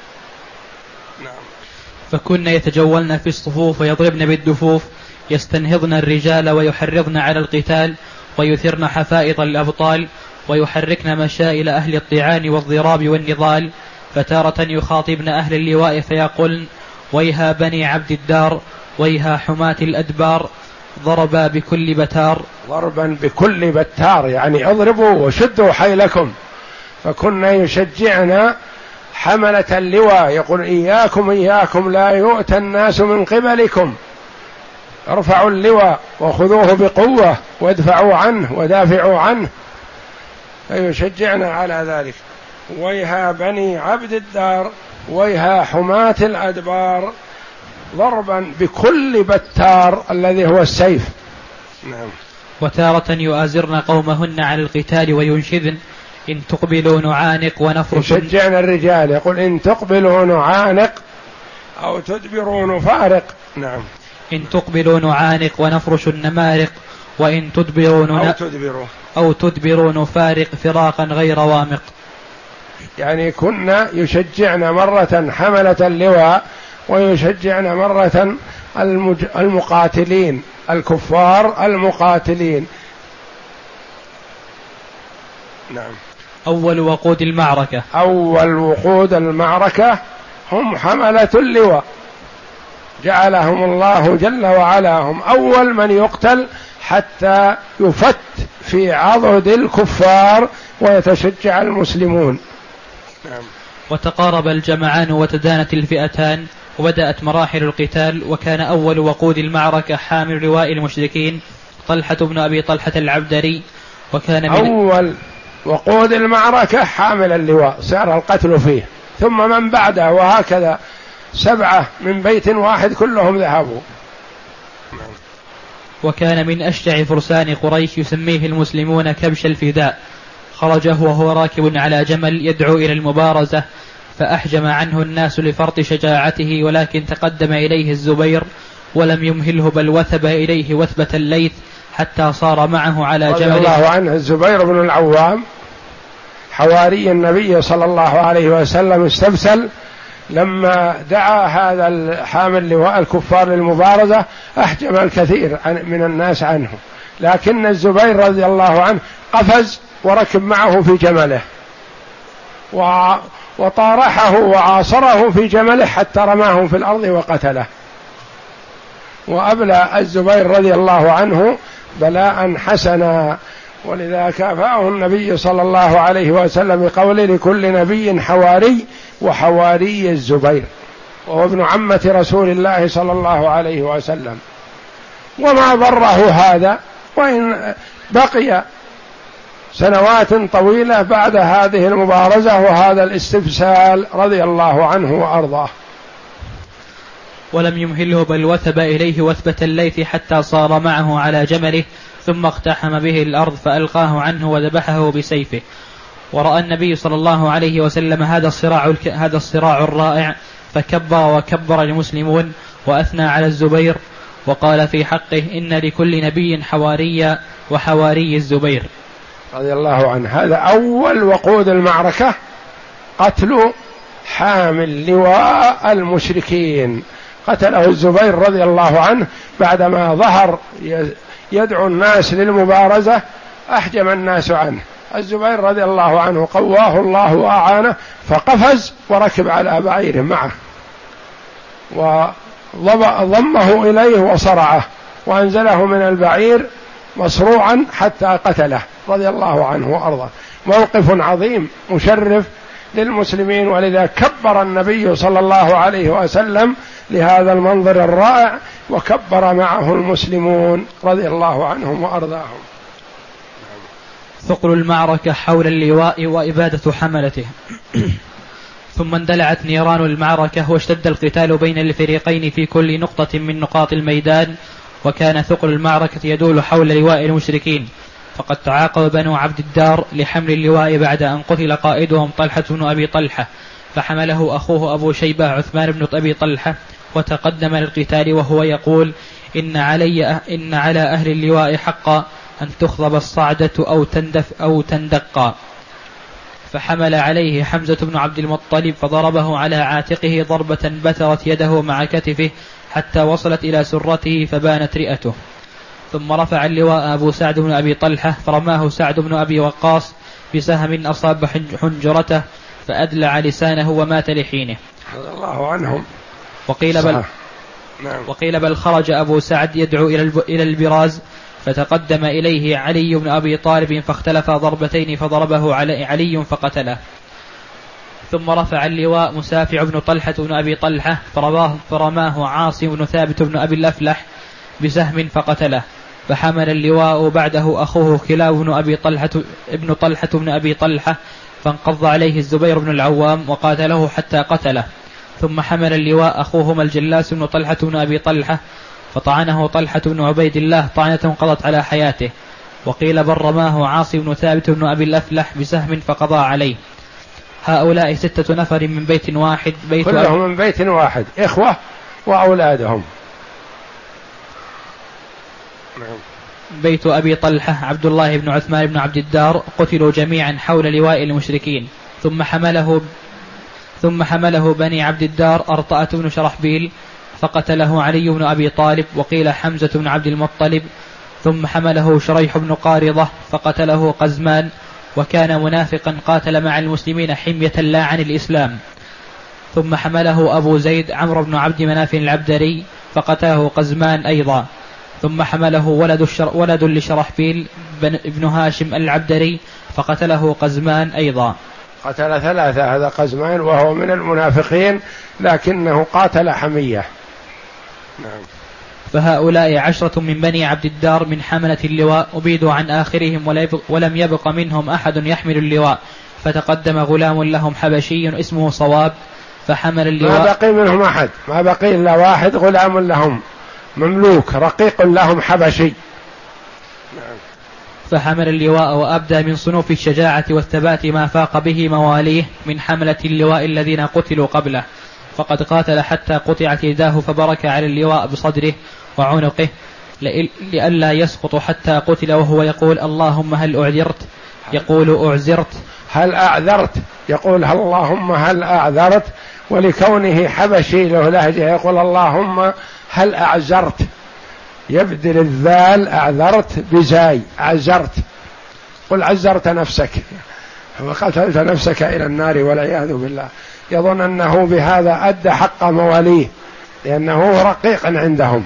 S2: فكن يتجولن في الصفوف ويضربن بالدفوف، يستنهضن الرجال ويحرضن على القتال، ويثرن حفائط الأبطال، ويحركن مشائل أهل الطعان والضراب والنضال، فتارة يخاطبن أهل اللواء فيقولن ويها بني عبد الدار، ويها حماة الأدبار، ضربا بكل بتار.
S1: ضربا بكل بتار يعني اضربوا وشدوا حيلكم. فكنا يشجعنا حملة اللواء، يقول إياكم لا يؤتى الناس من قبلكم، ارفعوا اللواء وخذوه بقوة وادفعوا عنه ودافعوا عنه، فيشجعنا على ذلك. ويها بني عبد الدار، ويها حماة الأدبار، ضربا بكل بتار الذي هو السيف.
S2: نعم. وتارة يؤازرن قومهن على القتال وينشدن إن تقبلوا نعانق ونفرش.
S1: يشجعنا الرجال، يقول إن تقبلوا نعانق أو تدبروا نفارق. نعم.
S2: إن تقبلوا نعانق ونفرش النمارق، وإن تدبروا أو تدبروا نفارق فراقا غير وامق.
S1: يعني كنا يشجعنا مرة حملة اللواء، ويشجعنا مرة المقاتلين الكفار المقاتلين. نعم.
S2: أول وقود
S1: المعركة هم حملة اللواء، جعلهم الله جل وعلا هم أول من يقتل حتى يفت في عضد الكفار ويتشجع المسلمون.
S2: نعم. وتقارب الجمعان وتدانت الفئتان وبدأت مراحل القتال، وكان أول وقود المعركة حامل لواء المشركين طلحة بن أبي طلحة العبدري، وكان من
S1: أول وقود المعركة حامل اللواء سار القتل فيه، ثم من بعده، وهكذا 7 من بيت واحد كلهم ذهبوا.
S2: وكان من أشجع فرسان قريش يسميه المسلمون كبش الفداء، خرجه وهو راكب على جمل يدعو إلى المبارزة، فأحجم عنه الناس لفرط شجاعته، ولكن تقدم إليه الزبير ولم يمهله، بل وثب إليه وثبة الليث حتى صار معه على جمل.
S1: رضي الله عنه الزبير بن العوام حواري النبي صلى الله عليه وسلم استبسل لما دعا هذا الحامل لواء الكفار للمبارزة، أحجم الكثير من الناس عنه، لكن الزبير رضي الله عنه قفز وركب معه في جمله وطارحه وعاصره في جمله حتى رماه في الأرض وقتله. وأبلى الزبير رضي الله عنه بلاء حسنا، ولذا كافأه النبي صلى الله عليه وسلم بقوله: لكل نبي حواري، وحواري الزبير، وهو ابن عمة رسول الله صلى الله عليه وسلم. وما ضره هذا، وإن بقي سنوات طويلة بعد هذه المبارزة وهذا الاستبسال رضي الله عنه وأرضاه.
S2: ولم يمهله، بل وثب إليه وثبة الليث حتى صار معه على جمله، ثم اقتحم به الأرض فألقاه عنه وذبحه بسيفه. ورأى النبي صلى الله عليه وسلم هذا الصراع الرائع، فكبر وكبر المسلمون وأثنى على الزبير، وقال في حقه: إن لكل نبي حواريا، وحواري الزبير
S1: رضي الله عنه. هذا أول وقود المعركة، قتل حامل لواء المشركين، قتله الزبير رضي الله عنه بعدما ظهر يدعو الناس للمبارزة، أحجم الناس عنه. الزبير رضي الله عنه قواه الله وأعانه، فقفز وركب على بعيره معه وضمه إليه وصرعه وأنزله من البعير مصروعا حتى قتله رضي الله عنه وأرضاه. موقف عظيم مشرف للمسلمين، ولذا كبر النبي صلى الله عليه وسلم لهذا المنظر الرائع، وكبر معه المسلمون رضي الله عنهم وأرضاهم.
S2: ثقل المعركة حول اللواء وإبادة حملته. ثم اندلعت نيران المعركة، واشتد القتال بين الفريقين في كل نقطة من نقاط الميدان، وكان ثقل المعركة يدول حول لواء المشركين. فقد تعاقب بنو عبد الدار لحمل اللواء بعد أن قتل قائدهم طلحة بن أبي طلحة، فحمله أخوه أبو شيبة عثمان بن أبي طلحة، وتقدم للقتال وهو يقول: إن على أهل اللواء حقا أن تخضب الصعدة أو تندق. فحمل عليه حمزة بن عبد المطلب فضربه على عاتقه ضربة بترت يده مع كتفه حتى وصلت إلى سرته فبانت رئته. ثم رفع اللواء أبو سعد بن أبي طلحة فرماه سعد بن أبي وقاص بسهم أصاب حنجرته فأدلع لسانه ومات لحينه
S1: رضي الله عنهم.
S2: وقيل بل خرج أبو سعد يدعو إلى البراز، فتقدم إليه علي بن أبي طالب فاختلفا ضربتين فضربه علي فقتله. ثم رفع اللواء مسافع بن طلحة بن أبي طلحة فرماه عاصم بن ثابت بن أبي الأفلح بسهم فقتله. فحمل اللواء بعده أخوه كلاب ابن طلحة بن أبي طلحة، فانقض عليه الزبير بن العوام وقاتله حتى قتله. ثم حمل اللواء أخوهما الجلاس بن طلحة بن أبي طلحة، فطعنه طلحة بن عبيد الله طعنة قضت على حياته. وقيل بل رماه عاصم بن ثابت بن أبي الأفلح بسهم فقضى عليه. هؤلاء 6 نفر من بيت واحد،
S1: كلهم من بيت واحد، إخوة وأولادهم.
S2: بيت أبي طلحة عبد الله بن عثمان بن عبد الدار، قتلوا جميعا حول لواء المشركين. ثم حمله بني عبد الدار أرطأة بن شرحبيل فقتله علي بن أبي طالب، وقيل حمزة بن عبد المطلب. ثم حمله شريح بن قارضة فقتله قزمان، وكان منافقا قاتل مع المسلمين حمية لا عن الإسلام. ثم حمله أبو زيد عمرو بن عبد مناف العبدري فقتله قزمان أيضا. ثم حمله ولد لشرحبيل ابن هاشم العبدري فقتله قزمان أيضا.
S1: قتل 3 هذا قزمان وهو من المنافقين لكنه قاتل حمية. نعم.
S2: فهؤلاء 10 من بني عبد الدار من حملة اللواء أبيدوا عن آخرهم ولم يبق منهم أحد يحمل اللواء، فتقدم غلام لهم حبشي اسمه صواب فحمل اللواء.
S1: ما بقي منهم أحد، ما بقي إلا واحد غلام لهم مملوك رقيق لهم حبشي. نعم.
S2: فحمل اللواء وأبدى من صنوف الشجاعة والثبات ما فاق به مواليه من حملة اللواء الذين قتلوا قبله، فقد قاتل حتى قطعت يداه فبرك على اللواء بصدره وعنقه لئلا يسقط حتى قتل وهو يقول اللهم هل أعذرت، يقول أعذرت،
S1: هل أعذرت، يقول اللهم هل أعذرت، ولكونه حبشي له لهجة يقول اللهم هل أعذرت، يبدل الذال أعذرت بزاي أعذرت، قل عذرت نفسك وقتلت نفسك إلى النار والعياذ بالله. يظن أنه بهذا أدى حق مواليه لأنه رقيق عندهم،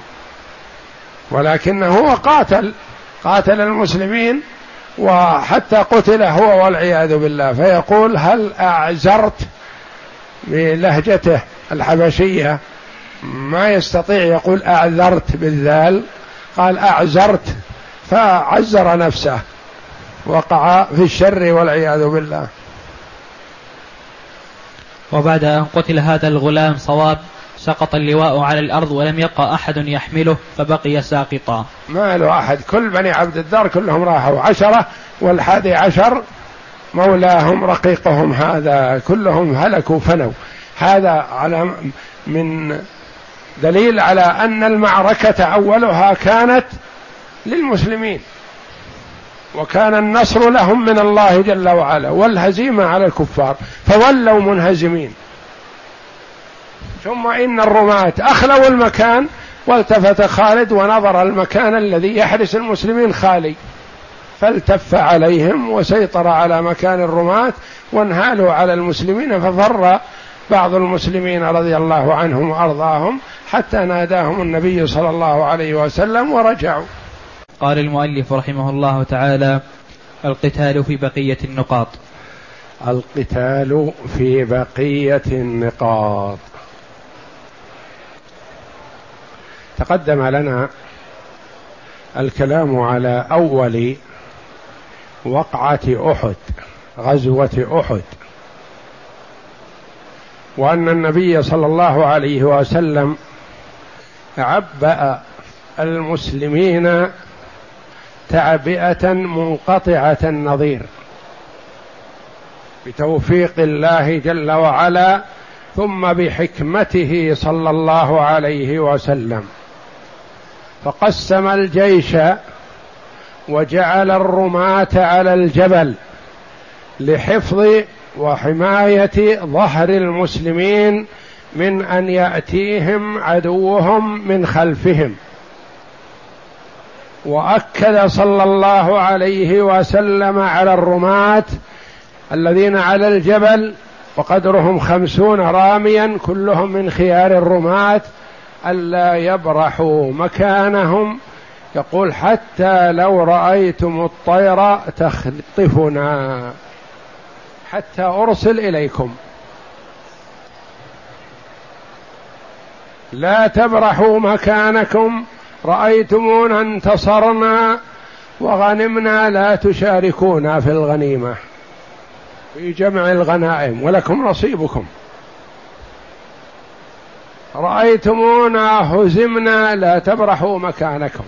S1: ولكنه قاتل المسلمين وحتى قتل هو والعياذ بالله. فيقول هل أعذرت بلهجته الحبشية، ما يستطيع يقول أعذرت بالذال، قال أعذرت فعذر نفسه وقع في الشر والعياذ بالله.
S2: وبعد أن قتل هذا الغلام صواب سقط اللواء على الأرض ولم يبقى أحد يحمله فبقي ساقطا. ما
S1: له أحد، كل بني عبد الدار كلهم راحوا 10 وال11 مولاهم رقيقهم هذا كلهم هلكوا فنوا. هذا على من دليل على أن المعركة أولها كانت للمسلمين وكان النصر لهم من الله جل وعلا والهزيمة على الكفار فولوا منهزمين. ثم إن الرماة أخلوا المكان والتفت خالد ونظر المكان الذي يحرس المسلمين خالي فالتف عليهم وسيطر على مكان الرماة وانهالوا على المسلمين، ففر بعض المسلمين رضي الله عنهم وأرضاهم حتى ناداهم النبي صلى الله عليه وسلم ورجعوا.
S2: قال المؤلف رحمه الله تعالى: القتال في بقية النقاط.
S1: القتال في بقية النقاط. تقدم لنا الكلام على أول وقعة أحد، غزوة أحد، وأن النبي صلى الله عليه وسلم عبأ المسلمين تعبئة منقطعة النظير بتوفيق الله جل وعلا ثم بحكمته صلى الله عليه وسلم، فقسم الجيش وجعل الرماة على الجبل لحفظ وحماية ظهر المسلمين من أن يأتيهم عدوهم من خلفهم. وأكد صلى الله عليه وسلم على الرماة الذين على الجبل وقدرهم 50 راميا كلهم من خيار الرماة ألا يبرحوا مكانهم، يقول حتى لو رأيتم الطير تخطفنا حتى أرسل إليكم، لا تبرحوا مكانكم، رأيتمونا انتصرنا وغنمنا لا تشاركونا في الغنيمة في جمع الغنائم ولكم نصيبكم، رأيتمونا هزمنا لا تبرحوا مكانكم.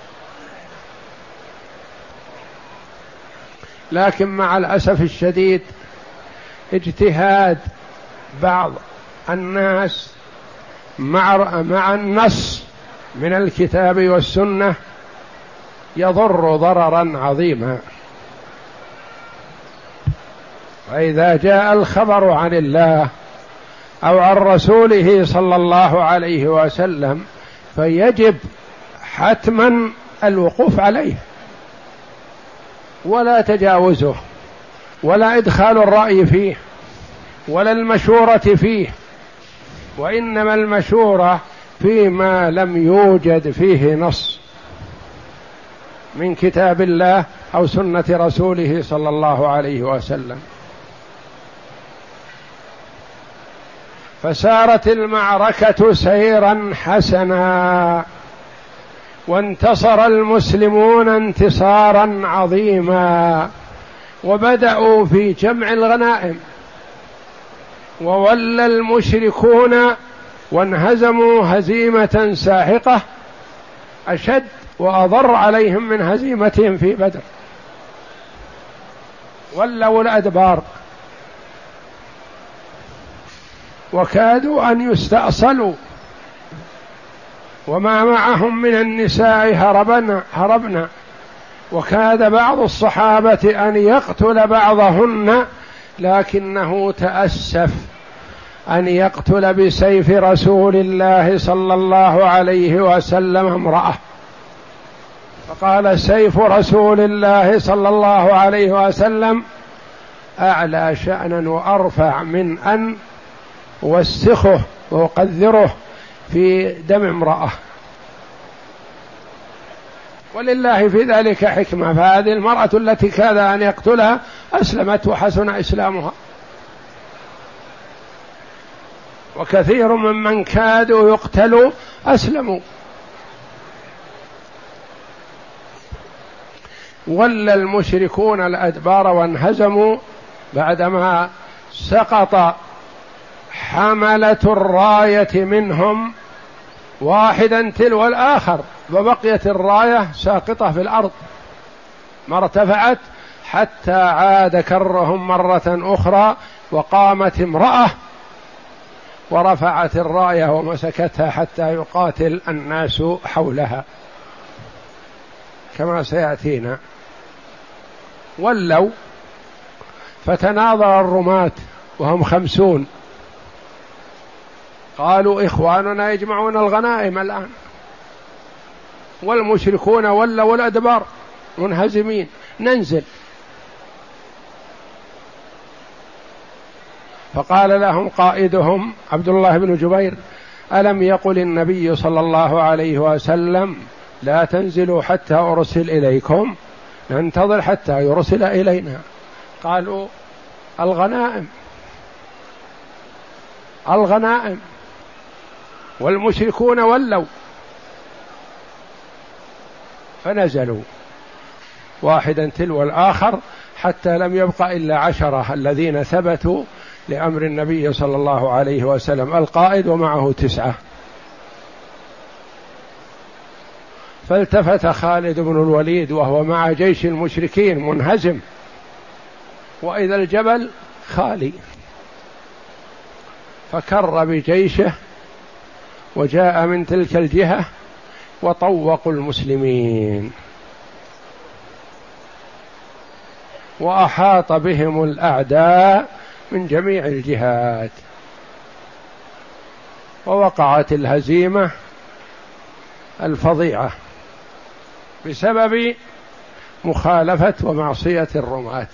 S1: لكن مع الأسف الشديد اجتهاد بعض الناس مع النص من الكتاب والسنة يضر ضررا عظيما. وإذا جاء الخبر عن الله أو عن رسوله صلى الله عليه وسلم فيجب حتما الوقوف عليه ولا تجاوزه ولا إدخال الرأي فيه ولا المشورة فيه، وإنما المشورة فيما لم يوجد فيه نص من كتاب الله أو سنة رسوله صلى الله عليه وسلم. فسارت المعركة سيرا حسنا، وانتصر المسلمون انتصارا عظيما، وبدأوا في جمع الغنائم، وولى المشركون وانهزموا هزيمة ساحقة أشد وأضر عليهم من هزيمتهم في بدر، ولوا الأدبار وكادوا أن يستأصلوا، وما معهم من النساء هربنا، وكاد بعض الصحابة أن يقتل بعضهن، لكنه تأسف أن يقتل بسيف رسول الله صلى الله عليه وسلم امرأة، فقال: سيف رسول الله صلى الله عليه وسلم أعلى شأنا وأرفع من أن أوسخه وأقذره في دم امرأة، ولله في ذلك حكمة. فهذه المرأة التي كاد أن يقتلها أسلمت وحسن إسلامها، وكثير ممن كادوا يقتلوا أسلموا. ولى المشركون الأدبار وانهزموا بعدما سقط حملة الراية منهم واحدا تلو الآخر، وبقيت الراية ساقطة في الأرض ما ارتفعت، حتى عاد كرهم مرة أخرى، وقامت امرأة ورفعت الراية ومسكتها حتى يقاتل الناس حولها كما سيأتينا. ولوا فتناظر الرماة وهم 50، قالوا: إخواننا يجمعون الغنائم الآن، والمشركون ولوا الأدبار منهزمين، ننزل. فقال لهم قائدهم عبد الله بن جبير: ألم يقل النبي صلى الله عليه وسلم لا تنزلوا حتى أرسل إليكم؟ ننتظر حتى يرسل إلينا. قالوا: الغنائم الغنائم، والمشركون ولوا. فنزلوا واحدا تلو الآخر حتى لم يبق إلا 10 الذين ثبتوا لأمر النبي صلى الله عليه وسلم، القائد ومعه 9. فالتفت خالد بن الوليد وهو مع جيش المشركين منهزم، وإذا الجبل خالي، فكر بجيشه وجاء من تلك الجهة وطوقوا المسلمين، وأحاط بهم الأعداء من جميع الجهات، ووقعت الهزيمة الفظيعة بسبب مخالفة ومعصية الرماة.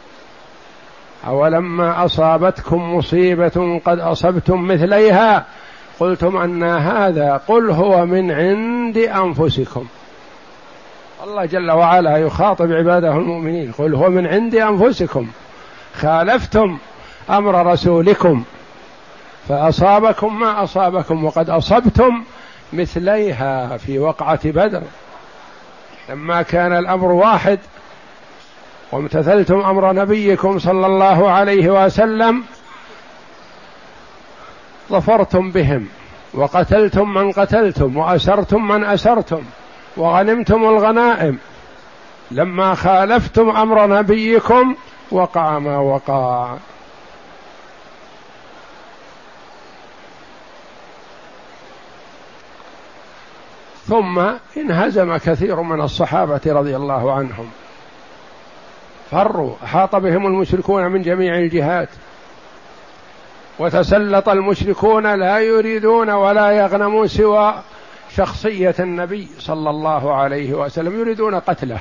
S1: أولما أصابتكم مصيبة قد أصبتم مثليها قلتم أن هذا قل هو من عند أنفسكم. الله جل وعلا يخاطب عباده المؤمنين: قل هو من عند أنفسكم، خالفتم أمر رسولكم فأصابكم ما أصابكم، وقد أصبتم مثليها في وقعة بدر لما كان الأمر واحد وامتثلتم أمر نبيكم صلى الله عليه وسلم، ظفرتم بهم وقتلتم من قتلتم وأسرتم من أسرتم وغنمتم الغنائم. لما خالفتم أمر نبيكم وقع ما وقع. ثم انهزم كثير من الصحابة رضي الله عنهم، فروا، أحاط بهم المشركون من جميع الجهات، وتسلط المشركون لا يريدون ولا يغنمون سوى شخصية النبي صلى الله عليه وسلم، يريدون قتله،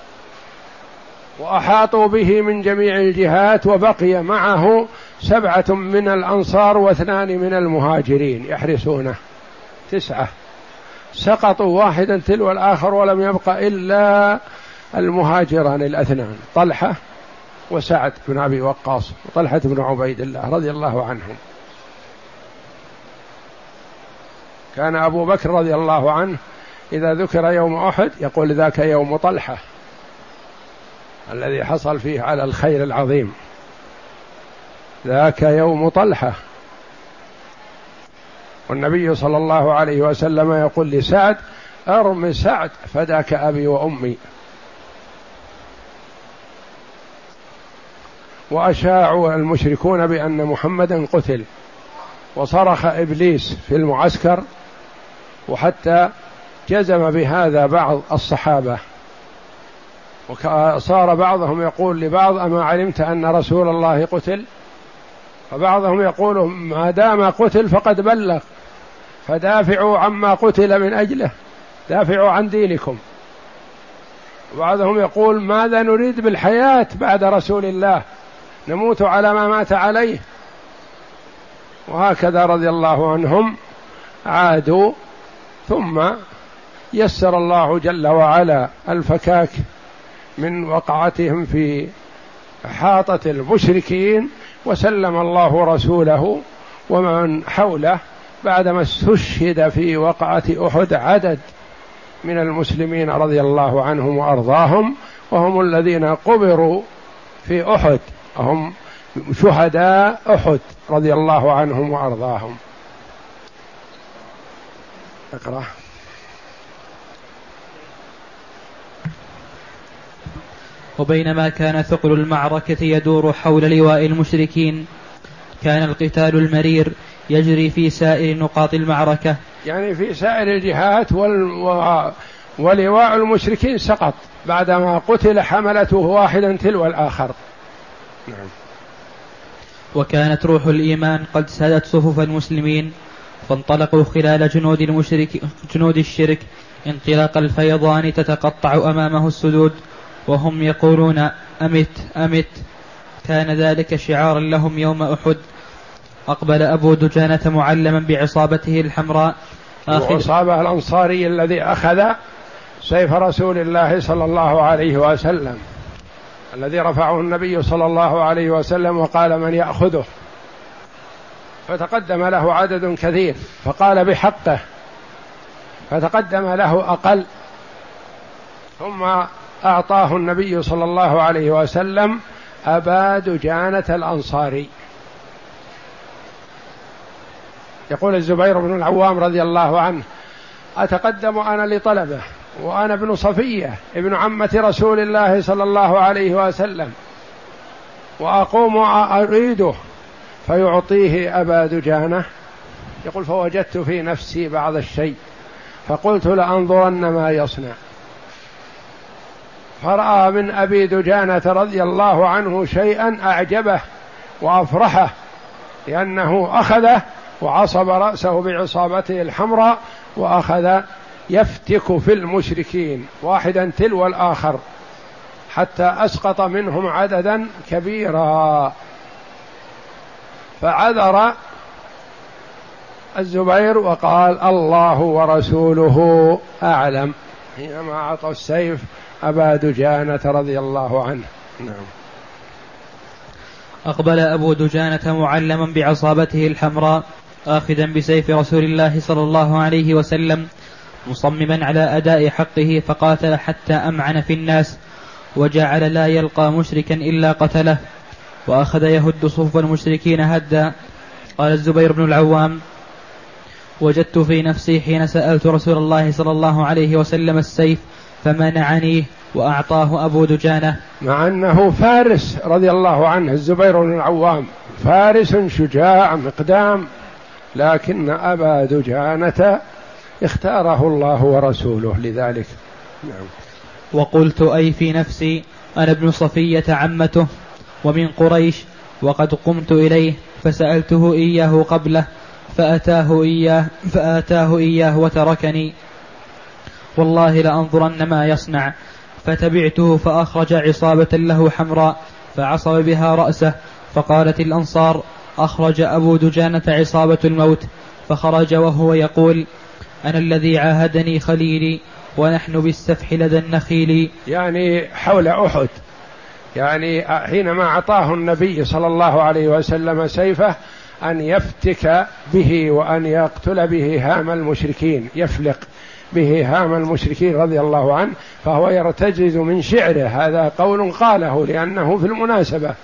S1: وأحاطوا به من جميع الجهات، وبقي معه 7 من الأنصار و2 من المهاجرين يحرسونه، 9. سقطوا واحدا تلو الآخر ولم يبق إلا المهاجران الاثنان طلحة وسعد بن أبي وقاص وطلحة بن عبيد الله رضي الله عنهم. كان أبو بكر رضي الله عنه إذا ذكر يوم أحد يقول ذاك يوم طلحة الذي حصل فيه على الخير العظيم، ذاك يوم طلحة. والنبي صلى الله عليه وسلم يقول لسعد ارم سعد فداك أبي وأمي. وأشاعوا المشركون بأن محمدا قتل، وصرخ إبليس في المعسكر، وحتى جزم بهذا بعض الصحابة، وصار بعضهم يقول لبعض أما علمت أن رسول الله قتل؟ فبعضهم يقول ما دام قتل فقد بلغ فدافعوا عما قتل من أجله، دافعوا عن دينكم. وبعضهم يقول ماذا نريد بالحياة بعد رسول الله، نموت على ما مات عليه. وهكذا رضي الله عنهم عادوا، ثم يسر الله جل وعلا الفكاك من وقعتهم في حاطة المشركين، وسلم الله رسوله ومن حوله بعدما استشهد في وقعة أحد عدد من المسلمين رضي الله عنهم وأرضاهم، وهم الذين قبروا في أحد، هم شهداء أحد رضي الله عنهم وأرضاهم. اقرأ.
S2: وبينما كان ثقل المعركة يدور حول لواء المشركين، كان القتال المرير يجري في سائر نقاط المعركة،
S1: يعني في سائر الجهات، ولواء المشركين سقط بعدما قتل حملته واحدا تلو الآخر. نعم.
S2: وكانت روح الإيمان قد سادت صفوف المسلمين، فانطلقوا خلال جنود الشرك انطلاق الفيضان تتقطع أمامه السدود، وهم يقولون أمت أمت. كان ذلك شعارا لهم يوم أحد. أقبل أبو دجانة معلما بعصابته الحمراء،
S1: وعصابة الأنصاري الذي أخذ سيف رسول الله صلى الله عليه وسلم، الذي رفعه النبي صلى الله عليه وسلم وقال من يأخذه، فتقدم له عدد كثير فقال بحقه، فتقدم له أقل، ثم أعطاه النبي صلى الله عليه وسلم أبا دجانة الأنصاري. يقول الزبير بن العوام رضي الله عنه أتقدم أنا لطلبه وأنا ابن صفية ابن عمة رسول الله صلى الله عليه وسلم، وأقوم أريده فيعطيه أبا دجانة. يقول فوجدت في نفسي بعض الشيء فقلت لأنظرن ما يصنع، فرأى من أبي دجانة رضي الله عنه شيئا أعجبه وأفرحه، لأنه أخذه وعصب رأسه بعصابته الحمراء، وأخذ يفتك في المشركين واحدا تلو الآخر حتى أسقط منهم عددا كبيرا. فعذر الزبير وقال الله ورسوله أعلم، حينما أعطى السيف أبا دجانة رضي الله عنه. نعم.
S2: أقبل أبو دجانة معلما بعصابته الحمراء آخذا بسيف رسول الله صلى الله عليه وسلم، مصمما على أداء حقه، فقاتل حتى أمعن في الناس، وجعل لا يلقى مشركا إلا قتله، وأخذ يهد صفوف المشركين هدا. قال الزبير بن العوام وجدت في نفسي حين سألت رسول الله صلى الله عليه وسلم السيف فمنعنيه وأعطاه أبو دجانة،
S1: مع أنه فارس رضي الله عنه الزبير بن العوام، فارس شجاع مقدام، لكن أبا دجانة اختاره الله ورسوله لذلك. نعم.
S2: وقلت أي في نفسي أنا ابن صفية عمته ومن قريش، وقد قمت إليه فسألته إياه قبله فآتاه إياه وتركني، والله لأنظرن ما يصنع. فتبعته فأخرج عصابة له حمراء فعصب بها رأسه، فقالت الأنصار أخرج أبو دجانة عصابة الموت، فخرج وهو يقول أنا الذي عاهدني خليلي ونحن بالسفح لدى النخيل.
S1: يعني حول أحد، يعني حينما أعطاه النبي صلى الله عليه وسلم سيفه أن يفتك به وأن يقتل به هام المشركين، يفلق به هام المشركين رضي الله عنه، فهو يرتجز من شعره. هذا قول قاله لأنه في المناسبة.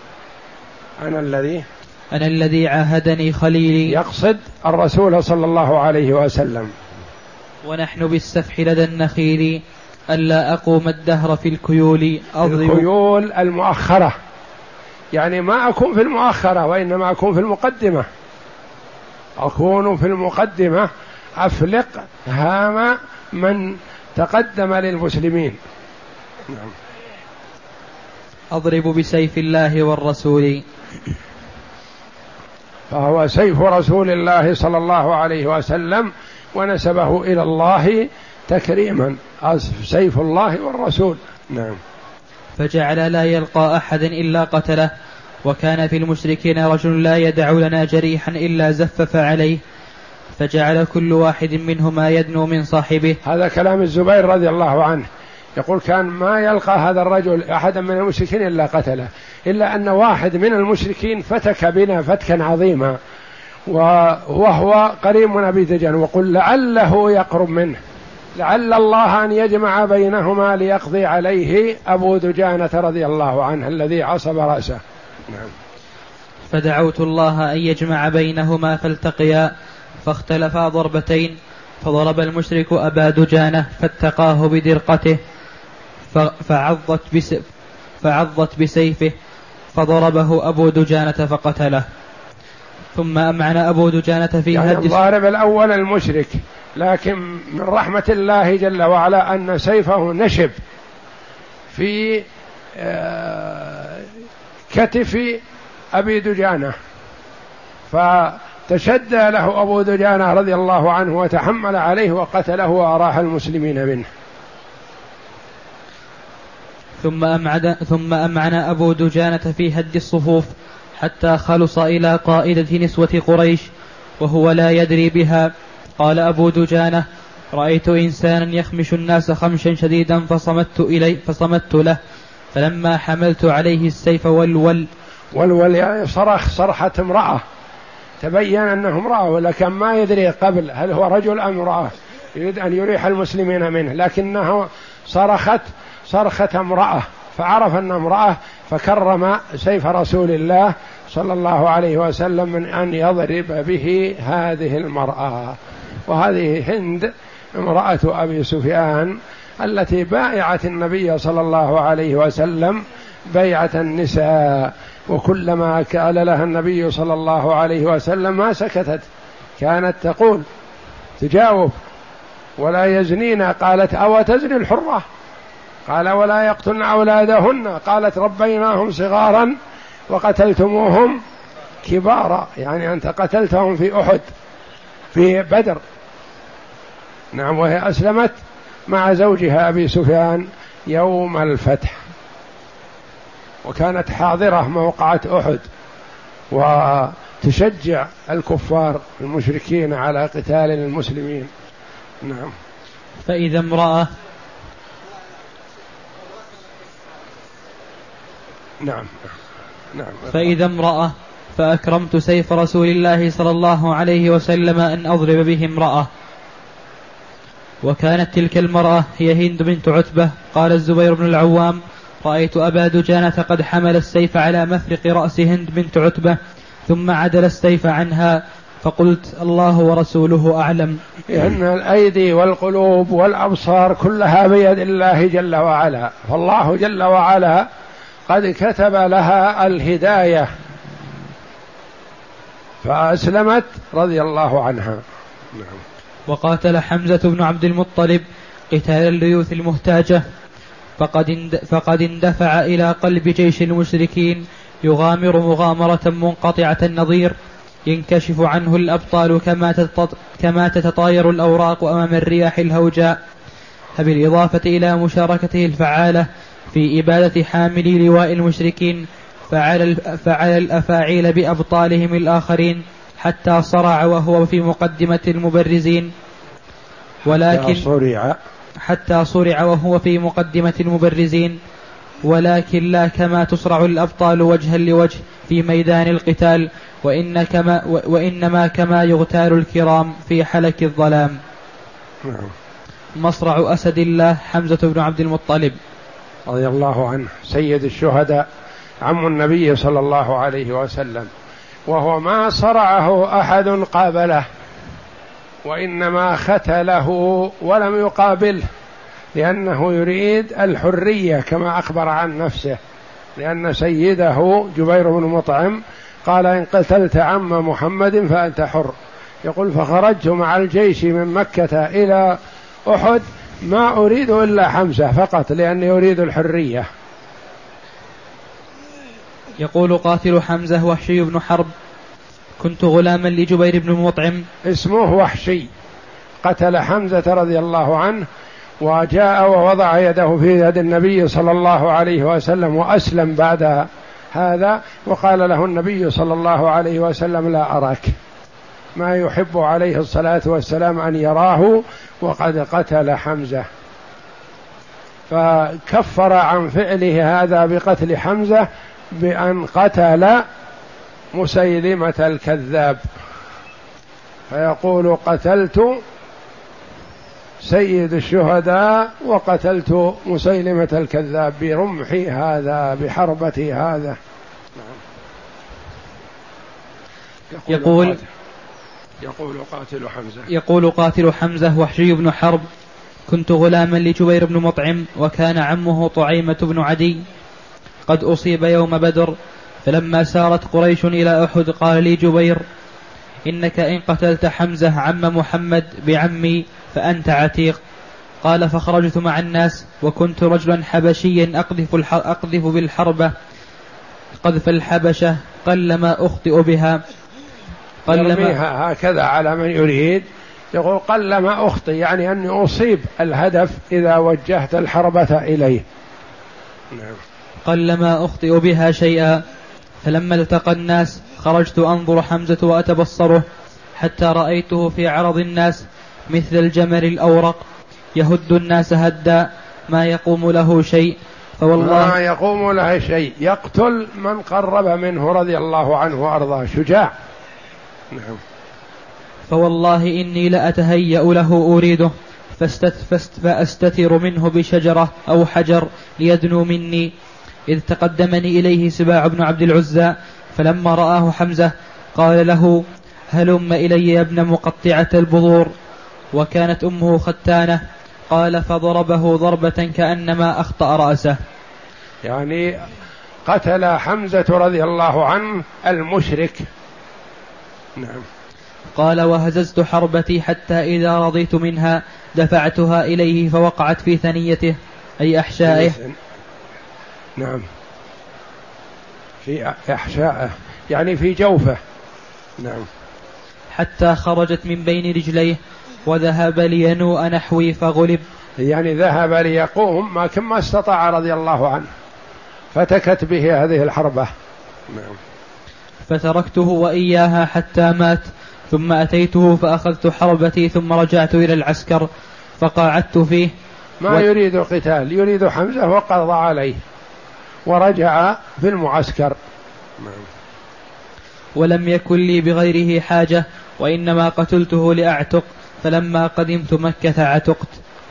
S2: أنا الذي عاهدني خليلي،
S1: يقصد الرسول صلى الله عليه وسلم.
S2: ونحن بالسفح لدى النخيل ألا أقوم الدهر في الكيول أضرب.
S1: الكيول المؤخرة، يعني ما أكون في المؤخرة وإنما أكون في المقدمة، أكون في المقدمة أفلق هام من تقدم للمسلمين. نعم.
S2: أضرب بسيف الله والرسول،
S1: فهو سيف رسول الله صلى الله عليه وسلم ونسبه إلى الله تكريما، سيف الله والرسول. نعم.
S2: فجعل لا يلقى أحد إلا قتله، وكان في المشركين رجل لا يدع لنا جريحا إلا زفف عليه، فجعل كل واحد منهما يدنو من صاحبه.
S1: هذا كلام الزبير رضي الله عنه، يقول كان ما يلقى هذا الرجل أحدا من المشركين إلا قتله، إلا أن واحد من المشركين فتك بنا فتكا عظيما وهو قريب من أبي دجان، وقل لعله يقرب منه، لعل الله أن يجمع بينهما ليقضي عليه أبو دجانة رضي الله عنه الذي عصب رأسه. نعم.
S2: فدعوت الله أن يجمع بينهما فالتقيا، فاختلفا ضربتين، فضرب المشرك أبا دجانة فاتقاه بدرقته فعضت بسيفه، فضربه أبو دجانة فقتله. ثم أمعن أبو دجانة في
S1: يعني
S2: هد
S1: الضارب الأول المشرك، لكن من رحمة الله جل وعلا أن سيفه نشب في كتف أبي دجانة، فتشدى له أبو دجانة رضي الله عنه وتحمل عليه وقتله وأراح المسلمين منه.
S2: ثم أمعن أبو دجانة في هد الصفوف حتى خلص إلى قائدة نسوة قريش وهو لا يدري بها. قال أبو دجانة: رأيت إنسانا يخمش الناس خمشا شديدا فصمت له، فلما حملت عليه السيف والول
S1: يعني صرخ صرحة امرأة، تبين أنه امرأة ولكن ما يدري قبل هل هو رجل أم امرأة، يريد أن يريح المسلمين منه، لكنه صرخت صرخة امرأة فعرف أن امرأة، فكرم سيف رسول الله صلى الله عليه وسلم من أن يضرب به هذه المرأة. وهذه هند امرأة أبي سفيان التي بايعت النبي صلى الله عليه وسلم بيعة النساء، وكلما قال لها النبي صلى الله عليه وسلم ما سكتت، كانت تقول تجاوب: ولا يزنين. قالت: أو تزني الحرة؟ قال: ولا يقتلن أولادهن. قالت: ربيناهم صغارا وقتلتموهم كبارا، يعني أنت قتلتهم في أحد في بدر. نعم. وهي أسلمت مع زوجها أبي سفيان يوم الفتح، وكانت حاضرة موقعة أحد وتشجع الكفار المشركين على قتال المسلمين. نعم.
S2: فإذا امرأة
S1: نعم.
S2: فإذا امرأة فأكرمت سيف رسول الله صلى الله عليه وسلم أن أضرب به امرأة، وكانت تلك المرأة هي هند بنت عتبة. قال الزبير بن العوام: رأيت أبا دجانة قد حمل السيف على مفرق رأس هند بنت عتبة ثم عدل السيف عنها، فقلت: الله ورسوله أعلم.
S1: لأن الأيدي والقلوب والأبصار كلها بيد الله جل وعلا، فالله جل وعلا قد كتب لها الهداية فأسلمت رضي الله عنها. نعم.
S2: وقاتل حمزة بن عبد المطلب قتال الليوث المهتاجة، فقد اندفع إلى قلب جيش المشركين يغامر مغامرة منقطعة النظير، ينكشف عنه الأبطال كما تتطاير الأوراق أمام الرياح الهوجاء، فبالإضافة إلى مشاركته الفعالة في إبادة حاملي لواء المشركين فعل الأفاعيل بأبطالهم الآخرين حتى صرع وهو في مقدمة المبرزين. ولكن حتى صرع وهو في مقدمة المبرزين، ولكن لا كما تصرع الأبطال وجها لوجه في ميدان القتال، وإنما كما يغتال الكرام في حلك الظلام. مصرع أسد الله حمزة بن عبد المطلب
S1: رضي الله عنه، سيد الشهداء، عم النبي صلى الله عليه وسلم، وهو ما صرعه أحد قابله، وإنما ختله ولم يقابله، لأنه يريد الحرية كما أخبر عن نفسه، لأن سيده جبير بن مطعم قال: إن قتلت عم محمد فأنت حر. يقول: فخرجت مع الجيش من مكة إلى أحد ما أريد إلا حمزة فقط، لأني أريد الحرية.
S2: يقول قاتل حمزة وحشي بن حرب: كنت غلاما لجبير بن مطعم.
S1: اسمه وحشي، قتل حمزة رضي الله عنه، وجاء ووضع يده في يد النبي صلى الله عليه وسلم وأسلم بعد هذا، وقال له النبي صلى الله عليه وسلم: لا أراك، ما يحب عليه الصلاة والسلام أن يراه وقد قتل حمزة، فكفر عن فعله هذا بقتل حمزة بأن قتل مسيلمة الكذاب، فيقول: قتلت سيد الشهداء وقتلت مسيلمة الكذاب برمحي هذا بحربتي هذا.
S2: يقول قاتل حمزة وحشي بن حرب: كنت غلاما لجبير بن مطعم، وكان عمه طعيمة بن عدي قد أصيب يوم بدر، فلما سارت قريش إلى أحد قال لي جبير: إنك إن قتلت حمزة عم محمد بعمي فأنت عتيق. قال: فخرجت مع الناس، وكنت رجلا حبشيا أقذف بالحربة قذف الحبشة قلما أخطئ بها.
S1: يرميها هكذا على من يريد، يقول: قلما أخطئ، يعني أني أصيب الهدف إذا وجهت الحربة إليه.
S2: قلما أخطئ بها شيئا. فلما التقى الناس خرجت أنظر حمزة وأتبصره، حتى رأيته في عرض الناس مثل الجمل الأورق يهد الناس هدا، ما يقوم له شيء، فوالله
S1: ما يقوم له شيء، يقتل من قرب منه رضي الله عنه وأرضاه، شجاع. نعم.
S2: فوالله إني لأتهيأ له أريده، فأستتر منه بشجرة أو حجر ليدنو مني، إذ تقدمني إليه سباع بن عبد العزى، فلما رآه حمزة قال له: هلم إلي يا ابن مقطعة البذور، وكانت أمه ختانة. قال: فضربه ضربة كأنما أخطأ رأسه.
S1: يعني قتل حمزة رضي الله عنه المشرك. نعم.
S2: قال: وهززت حربتي حتى إذا رضيت منها دفعتها إليه فوقعت في ثنيته، أي أحشائه.
S1: نعم، في أحشائه يعني في جوفه. نعم.
S2: حتى خرجت من بين رجليه وذهب لينوء نحوي فغلب،
S1: يعني ذهب ليقوم ما كما استطاع رضي الله عنه، فتكت به هذه الحربة. نعم.
S2: فتركته وإياها حتى مات، ثم أتيته فأخذت حربتي، ثم رجعت إلى العسكر فقاعدت فيه.
S1: ما يريد قتال، يريد حمزة وقضى عليه، ورجع في المعسكر.
S2: ولم يكن لي بغيره حاجة، وإنما قتلته لأعتق، فلما قدمت مكة عتقت.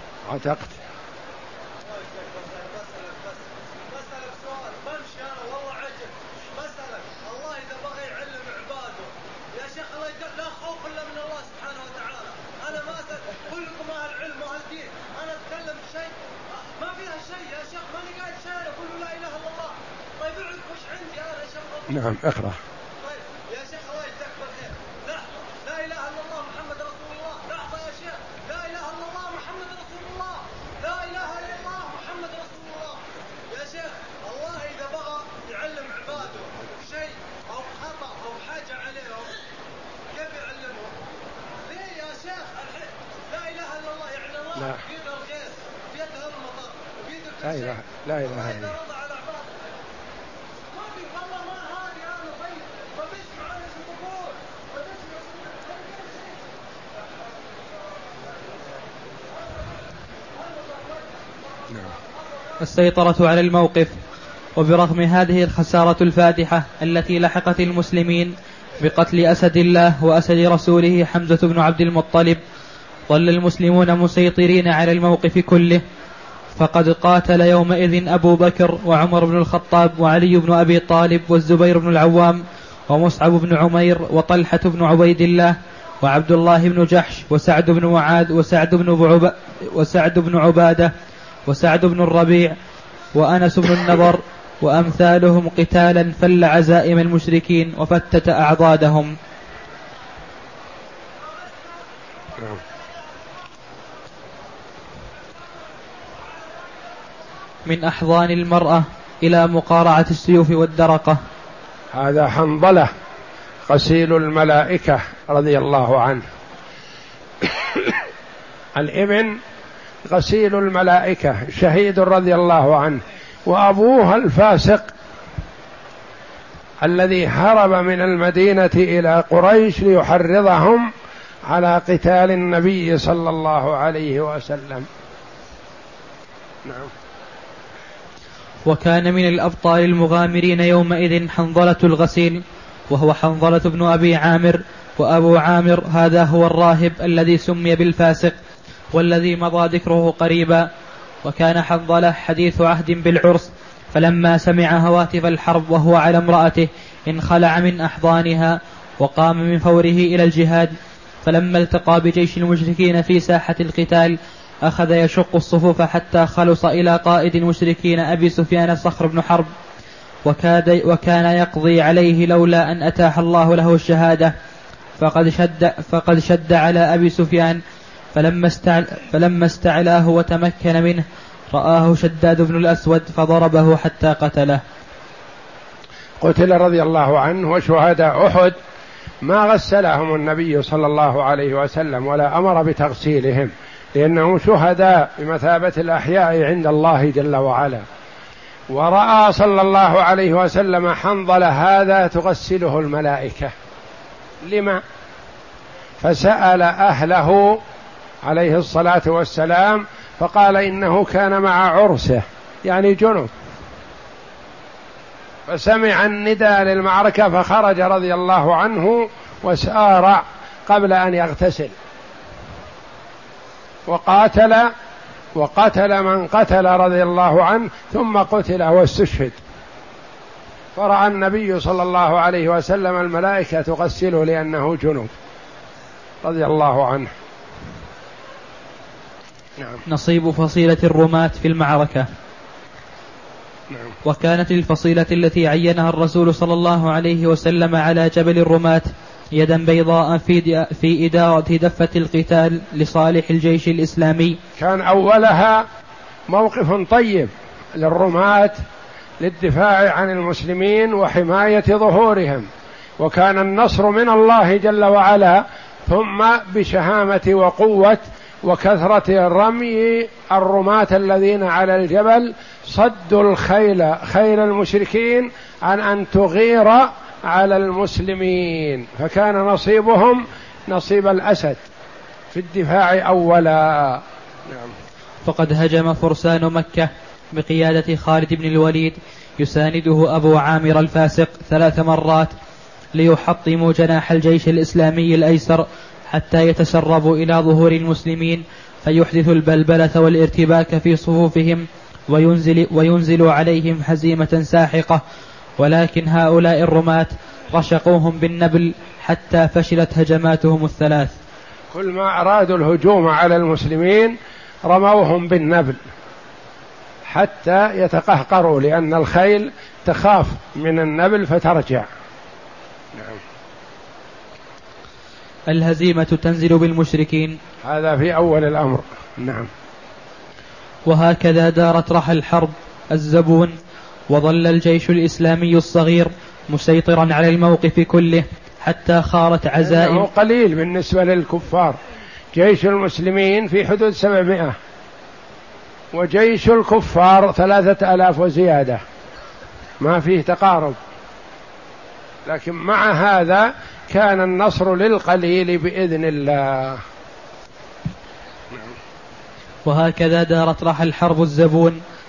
S1: نعم، اقرأ.
S3: طيب يا شيخ الله يجزاك بالخير. لحظة، لا إله إلا الله محمد رسول الله. لحظة يا شيخ، لا إله إلا الله محمد رسول الله. لا إله إلا الله محمد رسول الله. يا شيخ الله إذا بغى يعلم عباده شيء أو خطأ أو حاجة عليهم كيف يعلمهم؟ ليه يا شيخ الحين لا إله إلا الله، يعني الله بيد الغيث بيده المطر بيد الشيء.
S1: لا إله إلا الله.
S2: السيطرة على الموقف. وبرغم هذه الخسارة الفادحة التي لحقت المسلمين بقتل أسد الله وأسد رسوله حمزة بن عبد المطلب، ظل المسلمون مسيطرين على الموقف كله. فقد قاتل يومئذ أبو بكر وعمر بن الخطاب وعلي بن أبي طالب والزبير بن العوام ومصعب بن عمير وطلحة بن عبيد الله وعبد الله بن جحش وسعد بن معاذ وسعد بن عبادة وسعد بن الربيع وأنس بن النضر وأمثالهم قتالا فل عزائم المشركين وفتت أعضادهم. من أحضان المرأة إلى مقارعة السيوف والدرقة.
S1: هذا حنظلة غسيل الملائكة رضي الله عنه. الابن غسيل الملائكة شهيد رضي الله عنه، وأبوها الفاسق الذي هرب من المدينة إلى قريش ليحرضهم على قتال النبي صلى الله عليه وسلم. نعم.
S2: وكان من الأبطال المغامرين يومئذ حنظلة الغسيل، وهو حنظلة بن أبي عامر. وأبو عامر هذا هو الراهب الذي سمي بالفاسق والذي مضى ذكره قريبا. وكان حنظلة حديث عهد بالعرس، فلما سمع هواتف الحرب وهو على امرأته انخلع من أحضانها وقام من فوره إلى الجهاد. فلما التقى بجيش المشركين في ساحة القتال أخذ يشق الصفوف حتى خلص إلى قائد المشركين أبي سفيان صخر بن حرب، وكان يقضي عليه لولا أن أتاح الله الشهادة. فقد شد على أبي سفيان، فلما استعلاه وتمكن منه رآه شداد بن الأسود فضربه حتى قتله.
S1: قتل رضي الله عنه. وشهداء أحد ما غسلهم النبي صلى الله عليه وسلم ولا أمر بتغسيلهم، لأنهم شهداء بمثابة الأحياء عند الله جل وعلا. ورأى صلى الله عليه وسلم حنظلة هذا تغسله الملائكة، لما؟ فسأل أهله عليه الصلاة والسلام فقال إنه كان مع عرسه يعني جنب، فسمع النداء للمعركة فخرج رضي الله عنه وسارع قبل أن يغتسل، وقتل من قتل رضي الله عنه، ثم قتل واستشهد. فرأى النبي صلى الله عليه وسلم الملائكة تغسله لأنه جنوب رضي الله عنه.
S2: نعم. نصيب فصيلة الرماة في المعركة.
S1: نعم.
S2: وكانت الفصيلة التي عينها الرسول صلى الله عليه وسلم على جبل الرماة يدا بيضاء في إدارة دفة القتال لصالح الجيش الإسلامي.
S1: كان أولها موقف طيب للرماة للدفاع عن المسلمين وحماية ظهورهم، وكان النصر من الله جل وعلا، ثم بشهامة وقوة وكثرة رمي الرماة الذين على الجبل صدوا خيل المشركين عن أن تغير على المسلمين، فكان نصيبهم نصيب الأسد في الدفاع أولا. نعم.
S2: فقد هجم فرسان مكة بقيادة خالد بن الوليد يسانده أبو عامر الفاسق 3 مرات ليحطموا جناح الجيش الإسلامي الأيسر حتى يتسربوا إلى ظهور المسلمين فيحدث البلبلة والارتباك في صفوفهم وينزل عليهم هزيمة ساحقة. ولكن هؤلاء الرماة رشقوهم بالنبل حتى فشلت هجماتهم الثلاث.
S1: كل ما أرادوا الهجوم على المسلمين رموهم بالنبل حتى يتقهقروا، لأن الخيل تخاف من النبل فترجع. نعم.
S2: الهزيمة تنزل بالمشركين،
S1: هذا في أول الأمر. نعم.
S2: وهكذا دارت رحى الحرب الزبون، وظل الجيش الإسلامي الصغير مسيطرا على الموقف كله حتى خارت عزائم.
S1: قليل بالنسبة للكفار، جيش المسلمين في حدود 700 وجيش الكفار 3000 وزيادة، ما فيه تقارب، لكن مع هذا كان النصر للقليل بإذن الله.
S2: وهكذا دارت رحى الحرب الزبون،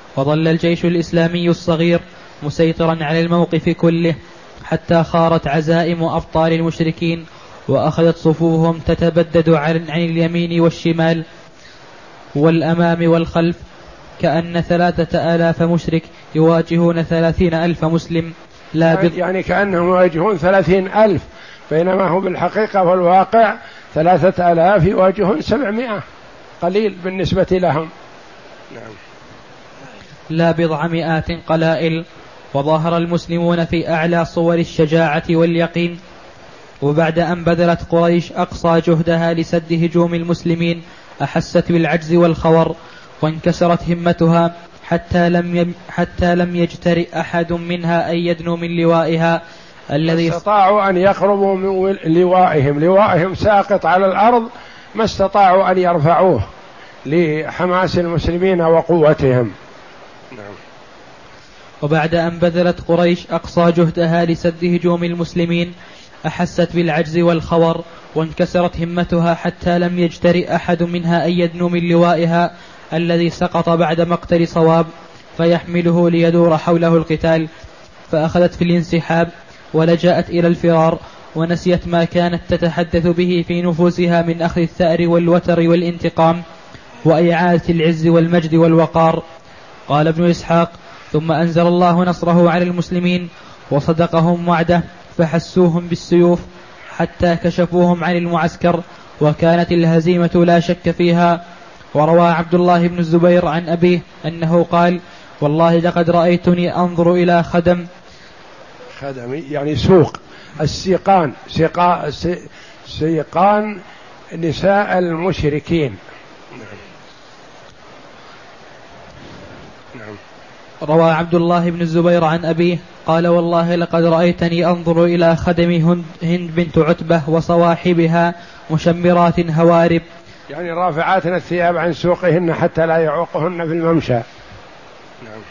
S2: وظل الجيش الإسلامي الصغير مسيطرا على الموقف كله حتى خارت عزائم أبطال المشركين وأخذت صفوفهم تتبدد عن اليمين والشمال والأمام والخلف، كأن 3000 مشرك يواجهون 30,000 مسلم.
S1: يعني كأنهم يواجهون 30,000، بينما هو بالحقيقة والواقع 3000 يواجهون 700، قليل بالنسبة لهم. نعم.
S2: لا بضع مئات قلائل. وظهر المسلمون في أعلى صور الشجاعة واليقين. وبعد أن بذلت قريش أقصى جهدها لسد هجوم المسلمين أحست بالعجز والخور وانكسرت همتها حتى لم يجترئ أحد منها أن يدنو من لوائها الذي
S1: استطاعوا أن يقربوا من لوائهم ساقط على الأرض، ما استطاعوا أن يرفعوه لحماس المسلمين وقوتهم. نعم.
S2: وبعد أن بذلت قريش أقصى جهدها لسد هجوم المسلمين أحست بالعجز والخور وانكسرت همتها حتى لم يجترئ أحد منها أن يدنو من لوائها الذي سقط بعد مقتل صواب فيحمله ليدور حوله القتال، فأخذت في الانسحاب ولجأت إلى الفرار ونسيت ما كانت تتحدث به في نفوسها من أخذ الثأر والوتر والانتقام وإعادة العز والمجد والوقار. قال ابن إسحاق: ثم أنزل الله نصره على المسلمين وصدقهم وعده فحسوهم بالسيوف حتى كشفوهم عن المعسكر وكانت الهزيمة لا شك فيها. وروى عبد الله بن الزبير عن أبيه أنه قال: والله لقد رأيتني أنظر إلى خدم
S1: يعني سوق السيقان، سيقان نساء المشركين.
S2: نعم. روى عبد الله بن الزبير عن أبيه قال: والله لقد رأيتني أنظر إلى خدم هند بنت عتبة وصواحبها مشمرات هوارب،
S1: يعني رافعات الثياب عن سوقهن حتى لا يعوقهن في الممشى. نعم.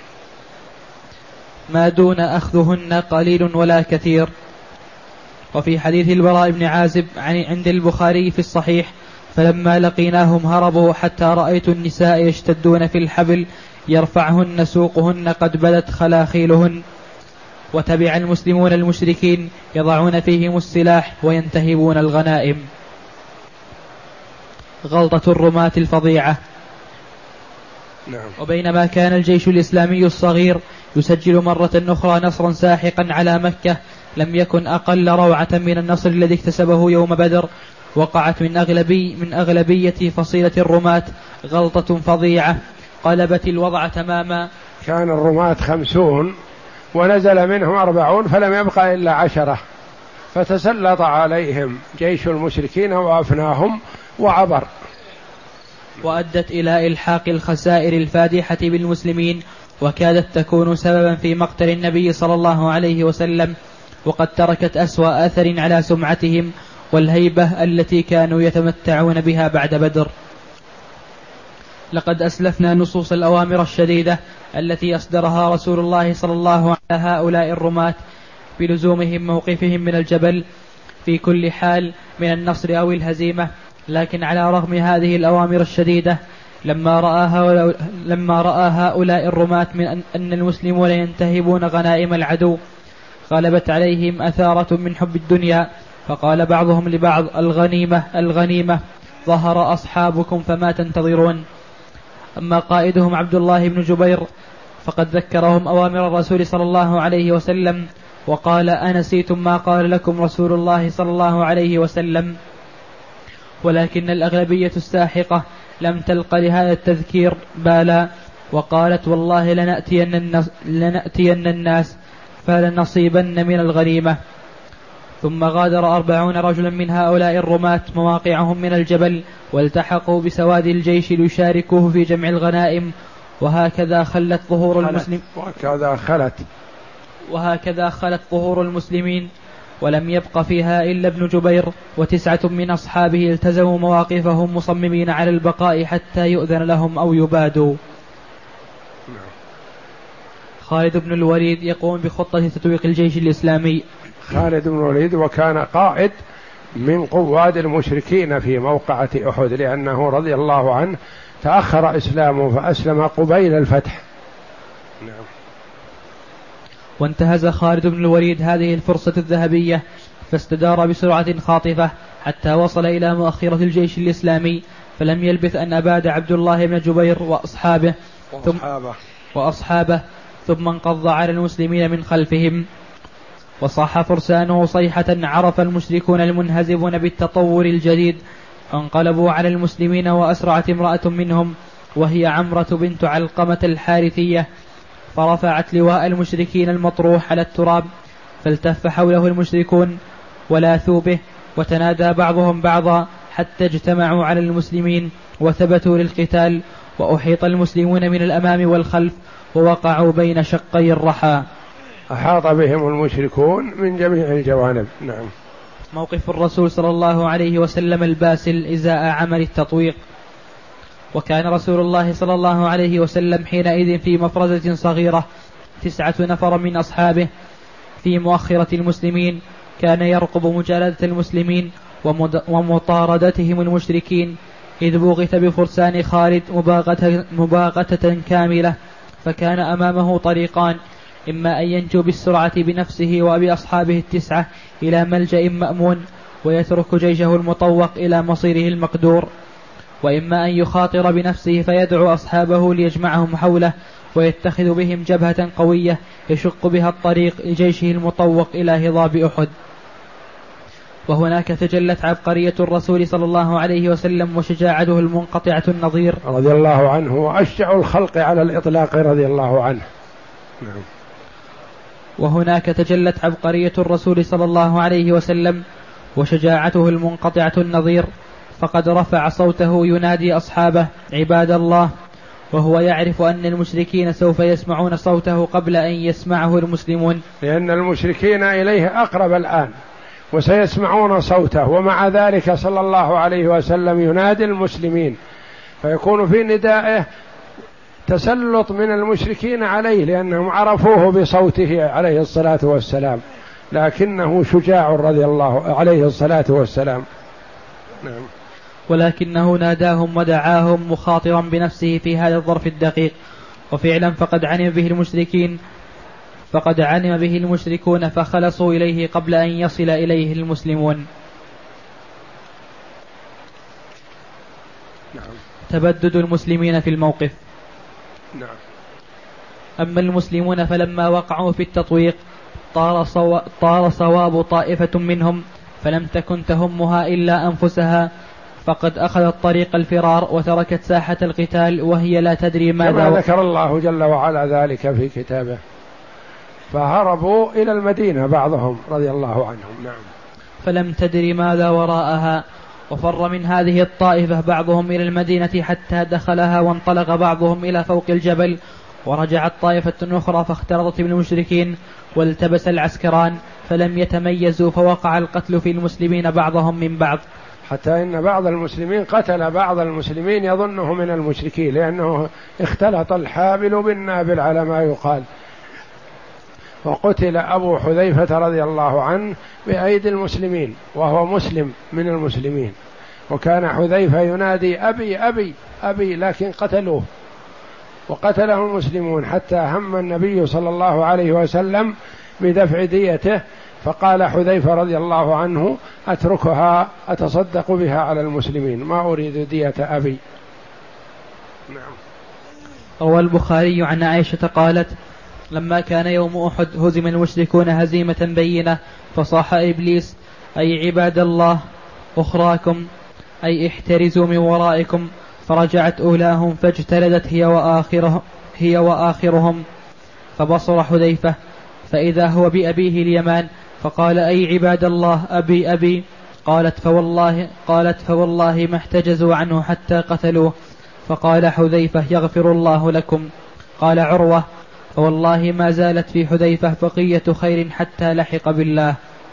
S2: ما دون أخذهن قليل ولا كثير. وفي حديث البراء بن عازب عند البخاري في الصحيح: فلما لقيناهم هربوا حتى رأيت النساء يشتدون في الحبل يرفعهن سوقهن قد بدت خلاخيلهن. وتبع المسلمون المشركين يضعون فيهم السلاح وينتهبون الغنائم. غلطة الرماة الفظيعة.
S1: نعم.
S2: وبينما كان الجيش الإسلامي الصغير يسجل مرة أخرى نصرا ساحقا على مكة لم يكن أقل روعة من النصر الذي اكتسبه يوم بدر. وقعت من أغلبية فصيلة الرماة غلطة فظيعة قلبت الوضع تماما.
S1: كان الرماة 50 ونزل منهم 40 فلم يبقى إلا 10، فتسلط عليهم جيش المشركين وأفناهم وعبر،
S2: وأدت إلى إلحاق الخسائر الفادحة بالمسلمين وكادت تكون سببا في مقتل النبي صلى الله عليه وسلم، وقد تركت أسوأ أثر على سمعتهم والهيبة التي كانوا يتمتعون بها بعد بدر. لقد أسلفنا نصوص الأوامر الشديدة التي أصدرها رسول الله صلى الله على هؤلاء الرماة بلزومهم موقفهم من الجبل في كل حال من النصر أو الهزيمة. لكن على رغم هذه الأوامر الشديدة لما رأى هؤلاء الرماة من أن المسلمون ينتهبون غنائم العدو غلبت عليهم أثارة من حب الدنيا، فقال بعضهم لبعض: الغنيمة الغنيمة، ظهر أصحابكم فما تنتظرون. أما قائدهم عبد الله بن جبير فقد ذكرهم أوامر الرسول صلى الله عليه وسلم وقال: أنسيتم ما قال لكم رسول الله صلى الله عليه وسلم؟ ولكن الأغلبية الساحقة لم تلق لهذا التذكير بالا، وقالت: والله لنأتين الناس فلنصيبن من الغنيمة. ثم غادر 40 رجلا من هؤلاء الرماة مواقعهم من الجبل والتحقوا بسواد الجيش ليشاركوه في جمع الغنائم. وهكذا خلت ظهور المسلمين ولم يبق فيها إلا ابن جبير و9 من أصحابه التزموا مواقفهم مصممين على البقاء حتى يؤذن لهم أو يبادوا. خالد بن الوليد يقوم بخطة تتويق الجيش الإسلامي.
S1: خالد بن الوليد وكان قائد من قواد المشركين في موقعة أحد، لأنه رضي الله عنه تأخر إسلامه فأسلم قبيل الفتح،
S2: وانتهز خالد بن الوليد هذه الفرصة الذهبية فاستدار بسرعة خاطفة حتى وصل إلى مؤخرة الجيش الإسلامي، فلم يلبث أن أباد عبد الله بن جبير وأصحابه ثم انقض على المسلمين من خلفهم، وصاح فرسانه صيحة عرف المشركون المنهزمون بالتطور الجديد، فانقلبوا على المسلمين وأسرعت امرأة منهم وهي عمرة بنت علقمة الحارثية، فرفعت لواء المشركين المطروح على التراب، فالتف حوله المشركون ولاثوا به، وتنادى بعضهم بعضا حتى اجتمعوا على المسلمين وثبتوا للقتال، وأحيط المسلمون من الأمام والخلف ووقعوا بين شقي الرحى.
S1: أحاط بهم المشركون من جميع الجوانب. نعم.
S2: موقف الرسول صلى الله عليه وسلم الباسل إزاء عمل التطويق. وكان رسول الله صلى الله عليه وسلم حينئذ في مفرزة صغيرة 9 نفر من أصحابه في مؤخرة المسلمين، كان يرقب مجالدة المسلمين ومطاردتهم المشركين، إذ بوغت بفرسان خالد مباغتة كاملة، فكان أمامه طريقان: إما أن ينجو بالسرعة بنفسه وبأصحابه 9 إلى ملجأ مأمون ويترك جيشه المطوق إلى مصيره المقدور، وإما أن يخاطر بنفسه فيدعو أصحابه ليجمعهم حوله ويتخذ بهم جبهة قوية يشق بها الطريق لجيشه المطوق إلى هضاب أحد. وهناك تجلت عبقرية الرسول صلى الله عليه وسلم وشجاعته المنقطعة النظير
S1: رضي الله عنه، وأشجع الخلق على الإطلاق رضي الله عنه. نعم.
S2: وهناك تجلت عبقرية الرسول صلى الله عليه وسلم وشجاعته المنقطعة النظير، فقد رفع صوته ينادي أصحابه: عباد الله، وهو يعرف أن المشركين سوف يسمعون صوته قبل أن يسمعه المسلمون،
S1: لأن المشركين إليه أقرب الآن وسيسمعون صوته، ومع ذلك صلى الله عليه وسلم ينادي المسلمين، فيكون في ندائه تسلط من المشركين عليه لأنهم عرفوه بصوته عليه الصلاة والسلام، لكنه شجاع رضي الله عليه الصلاة والسلام. نعم.
S2: ولكنه ناداهم ودعاهم مخاطرا بنفسه في هذا الظرف الدقيق، وفعلا فقد علم به المشركون فخلصوا إليه قبل أن يصل إليه المسلمون.
S1: نعم.
S2: تبدد المسلمين في الموقف.
S1: نعم.
S2: أما المسلمون فلما وقعوا في التطويق طار صواب طائفة منهم، فلم تكن تهمها إلا أنفسها، فقد أخذت طريق الفرار وتركت ساحة القتال وهي لا تدري ماذا،
S1: كما ذكر الله جل وعلا ذلك في كتابه، فهربوا إلى المدينة بعضهم رضي الله عنهم. نعم.
S2: فلم تدري ماذا وراءها، وفر من هذه الطائفة بعضهم إلى المدينة حتى دخلها، وانطلق بعضهم إلى فوق الجبل، ورجعت طائفة أخرى فاختلطت بالمشركين والتبس العسكران فلم يتميزوا، فوقع القتل في المسلمين بعضهم من بعض،
S1: حتى إن بعض المسلمين قتل بعض المسلمين يظنه من المشركين، لأنه اختلط الحابل بالنابل على ما يقال. وقتل أبو حذيفة رضي الله عنه بأيدي المسلمين وهو مسلم من المسلمين، وكان حذيفة ينادي أبي أبي أبي، لكن قتلوه وقتله المسلمون، حتى هم النبي صلى الله عليه وسلم بدفع ديته، فقال حذيفة رضي الله عنه: أتركها أتصدق بها على المسلمين، ما أريد دية أبي. نعم.
S2: روى البخاري عن عائشة قالت: لما كان يوم أحد هزم المشركون هزيمة بينة، فصاح إبليس: أي عباد الله، أخراكم، أي احترزوا من ورائكم، فرجعت أولاهم فاجتلدت هي وآخرهم، فبصر حذيفة فإذا هو بأبيه اليمان، فقال: أي عباد الله، أبي أبي. قالت فوالله ما احتجزوا عنه حتى قتلوه. فقال حذيفة: يغفر الله لكم. قال عروة: فوالله ما زالت في حذيفة بقية خير حتى لحق بالله.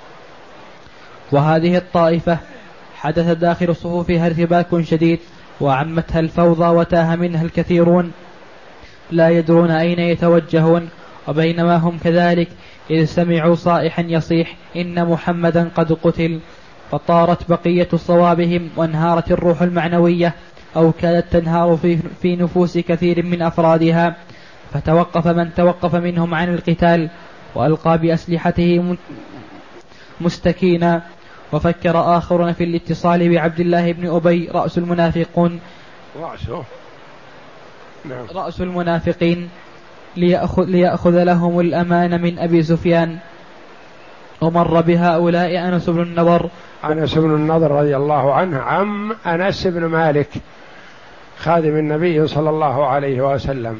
S2: وهذه الطائفة حدث داخل صفوفها ارتباك شديد، وعمتها الفوضى وتاه منها الكثيرون لا يدرون أين يتوجهون، وبينما هم كذلك إذ سمعوا صائحا يصيح: إن محمدا قد قتل، فطارت بقية صوابهم وانهارت الروح المعنوية، أو كادت تنهار في نفوس كثير من أفرادها، فتوقف من توقف منهم عن القتال، وألقى بأسلحته مستكينا. وفكر آخرون في الاتصال بعبد الله بن أبي رأس المنافقين ليأخذ لهم الأمان من أبي سفيان. ومر بهؤلاء أنس بن النضر
S1: رضي الله عنه عم أنس بن مالك خادم النبي صلى الله عليه وسلم.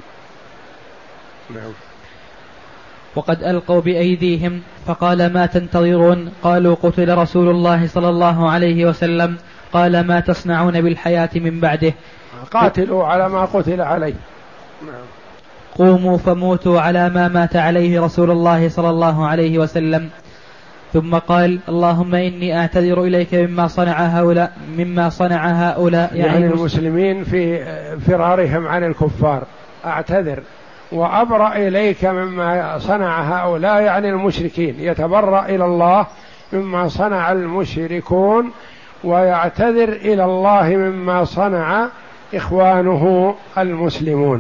S2: وقد ألقوا بأيديهم فقال ما تنتظرون؟ قالوا قتل رسول الله صلى الله عليه وسلم. قال ما تصنعون بالحياة من بعده؟
S1: قاتلوا على ما قتل عليه.
S2: قوموا فموتوا على ما مات عليه رسول الله صلى الله عليه وسلم. ثم قال اللهم إني أعتذر إليك مما صنع هؤلاء
S1: يعني المسلمين في فرارهم عن الكفار. أعتذر وأبرأ إليك مما صنع هؤلاء يعني المشركين، يتبرأ إلى الله مما صنع المشركون ويعتذر إلى الله مما صنع إخوانه المسلمون.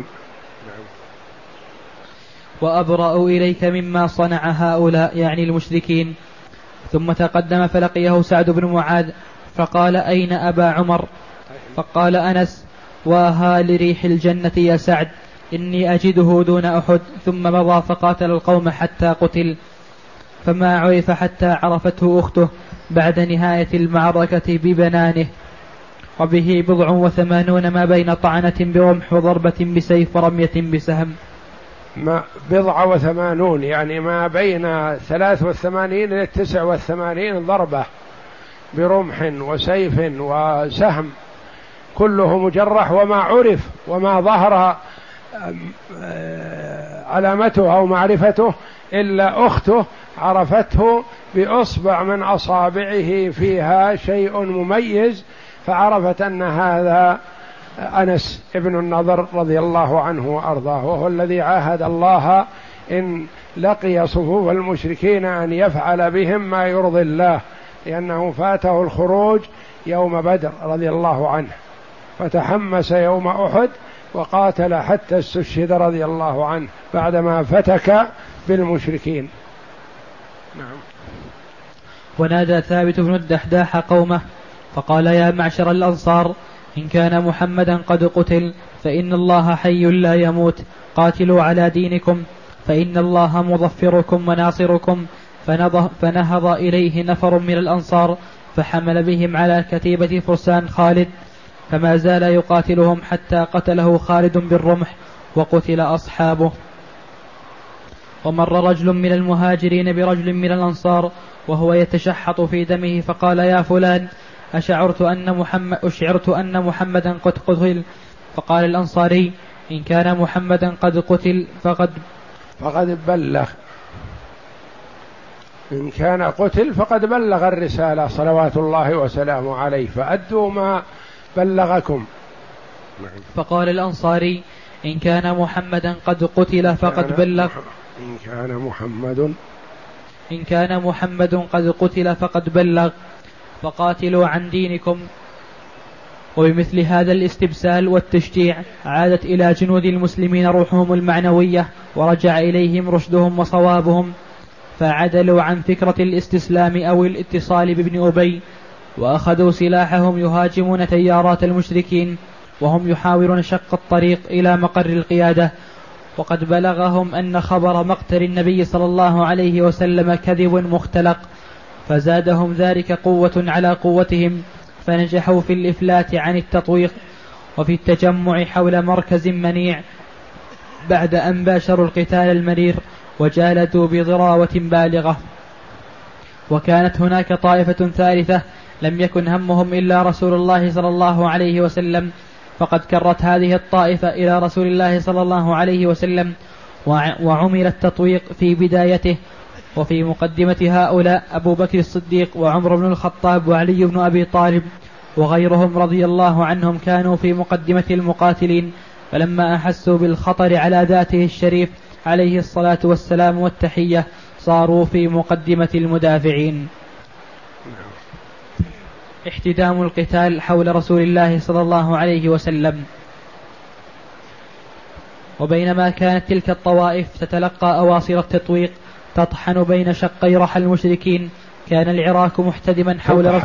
S2: وأبرأ إليك مما صنع هؤلاء يعني المشركين. ثم تقدم فلقيه سعد بن معاذ فقال أين أبا عمر؟ فقال أنس واها لريح الجنة يا سعد إني أجده دون أحد. ثم مضى فقاتل القوم حتى قتل، فما عرف حتى عرفته أخته بعد نهاية المعركة ببنانه. وبه 87 ما بين طعنة برمح وضربة بسيف ورمية بسهم.
S1: 87 يعني ما بين 83 إلى 89 ضربة برمح وسيف وسهم، كله مجرح. وما عرف وما ظهر علامته أو معرفته إلا أخته عرفته بأصبع من أصابعه فيها شيء مميز، فعرفت أن هذا أنس ابن النضر رضي الله عنه وأرضاه، وهو الذي عاهد الله إن لقي صفوف المشركين أن يفعل بهم ما يرضي الله، لأنه فاته الخروج يوم بدر رضي الله عنه، فتحمس يوم أحد وقاتل حتى استشهد رضي الله عنه بعدما فتك بالمشركين. نعم.
S2: ونادى ثابت بن الدحداح قومه فقال يا معشر الأنصار إن كان محمدا قد قتل فإن الله حي لا يموت، قاتلوا على دينكم فإن الله مظفركم وناصركم. فنهض إليه نفر من الأنصار فحمل بهم على كتيبة فرسان خالد، فما زال يقاتلهم حتى قتله خالد بالرمح وقتل أصحابه. ومر رجل من المهاجرين برجل من الأنصار وهو يتشحط في دمه فقال يا فلان أشعرت أن محمدا قد قتل؟ فقال الأنصاري إن كان محمدا قد قتل
S1: فقد بلغ، إن كان قتل فقد بلغ الرسالة صلوات الله وسلامه عليه، فأدوا ما بلغكم.
S2: فقال الأنصاري إن كان محمدا قد قتل فقد بلغ. إن كان محمد قد قتل فقد بلغ، فقاتلوا عن دينكم. وبمثل هذا الاستبسال والتشجيع عادت إلى جنود المسلمين روحهم المعنوية، ورجع إليهم رشدهم وصوابهم، فعدلوا عن فكرة الاستسلام أو الاتصال بابن أبي، وأخذوا سلاحهم يهاجمون تيارات المشركين وهم يحاولون شق الطريق إلى مقر القيادة. وقد بلغهم أن خبر مقتل النبي صلى الله عليه وسلم كذب مختلق، فزادهم ذلك قوة على قوتهم، فنجحوا في الإفلات عن التطويق وفي التجمع حول مركز منيع بعد أن باشروا القتال المرير وجالدوا بضراوة بالغة. وكانت هناك طائفة ثالثة لم يكن همهم إلا رسول الله صلى الله عليه وسلم، فقد كرت هذه الطائفة إلى رسول الله صلى الله عليه وسلم وعمل التطويق في بدايته. وفي مقدمة هؤلاء أبو بكر الصديق وعمر بن الخطاب وعلي بن أبي طالب وغيرهم رضي الله عنهم كانوا في مقدمة المقاتلين، فلما أحسوا بالخطر على ذاته الشريف عليه الصلاة والسلام والتحية صاروا في مقدمة المدافعين. احتدام القتال حول رسول الله صلى الله عليه وسلم. وبينما كانت تلك الطوائف تتلقى أواصر التطويق، تطحن بين شقي رحى المشركين. كان العراك محتدما حول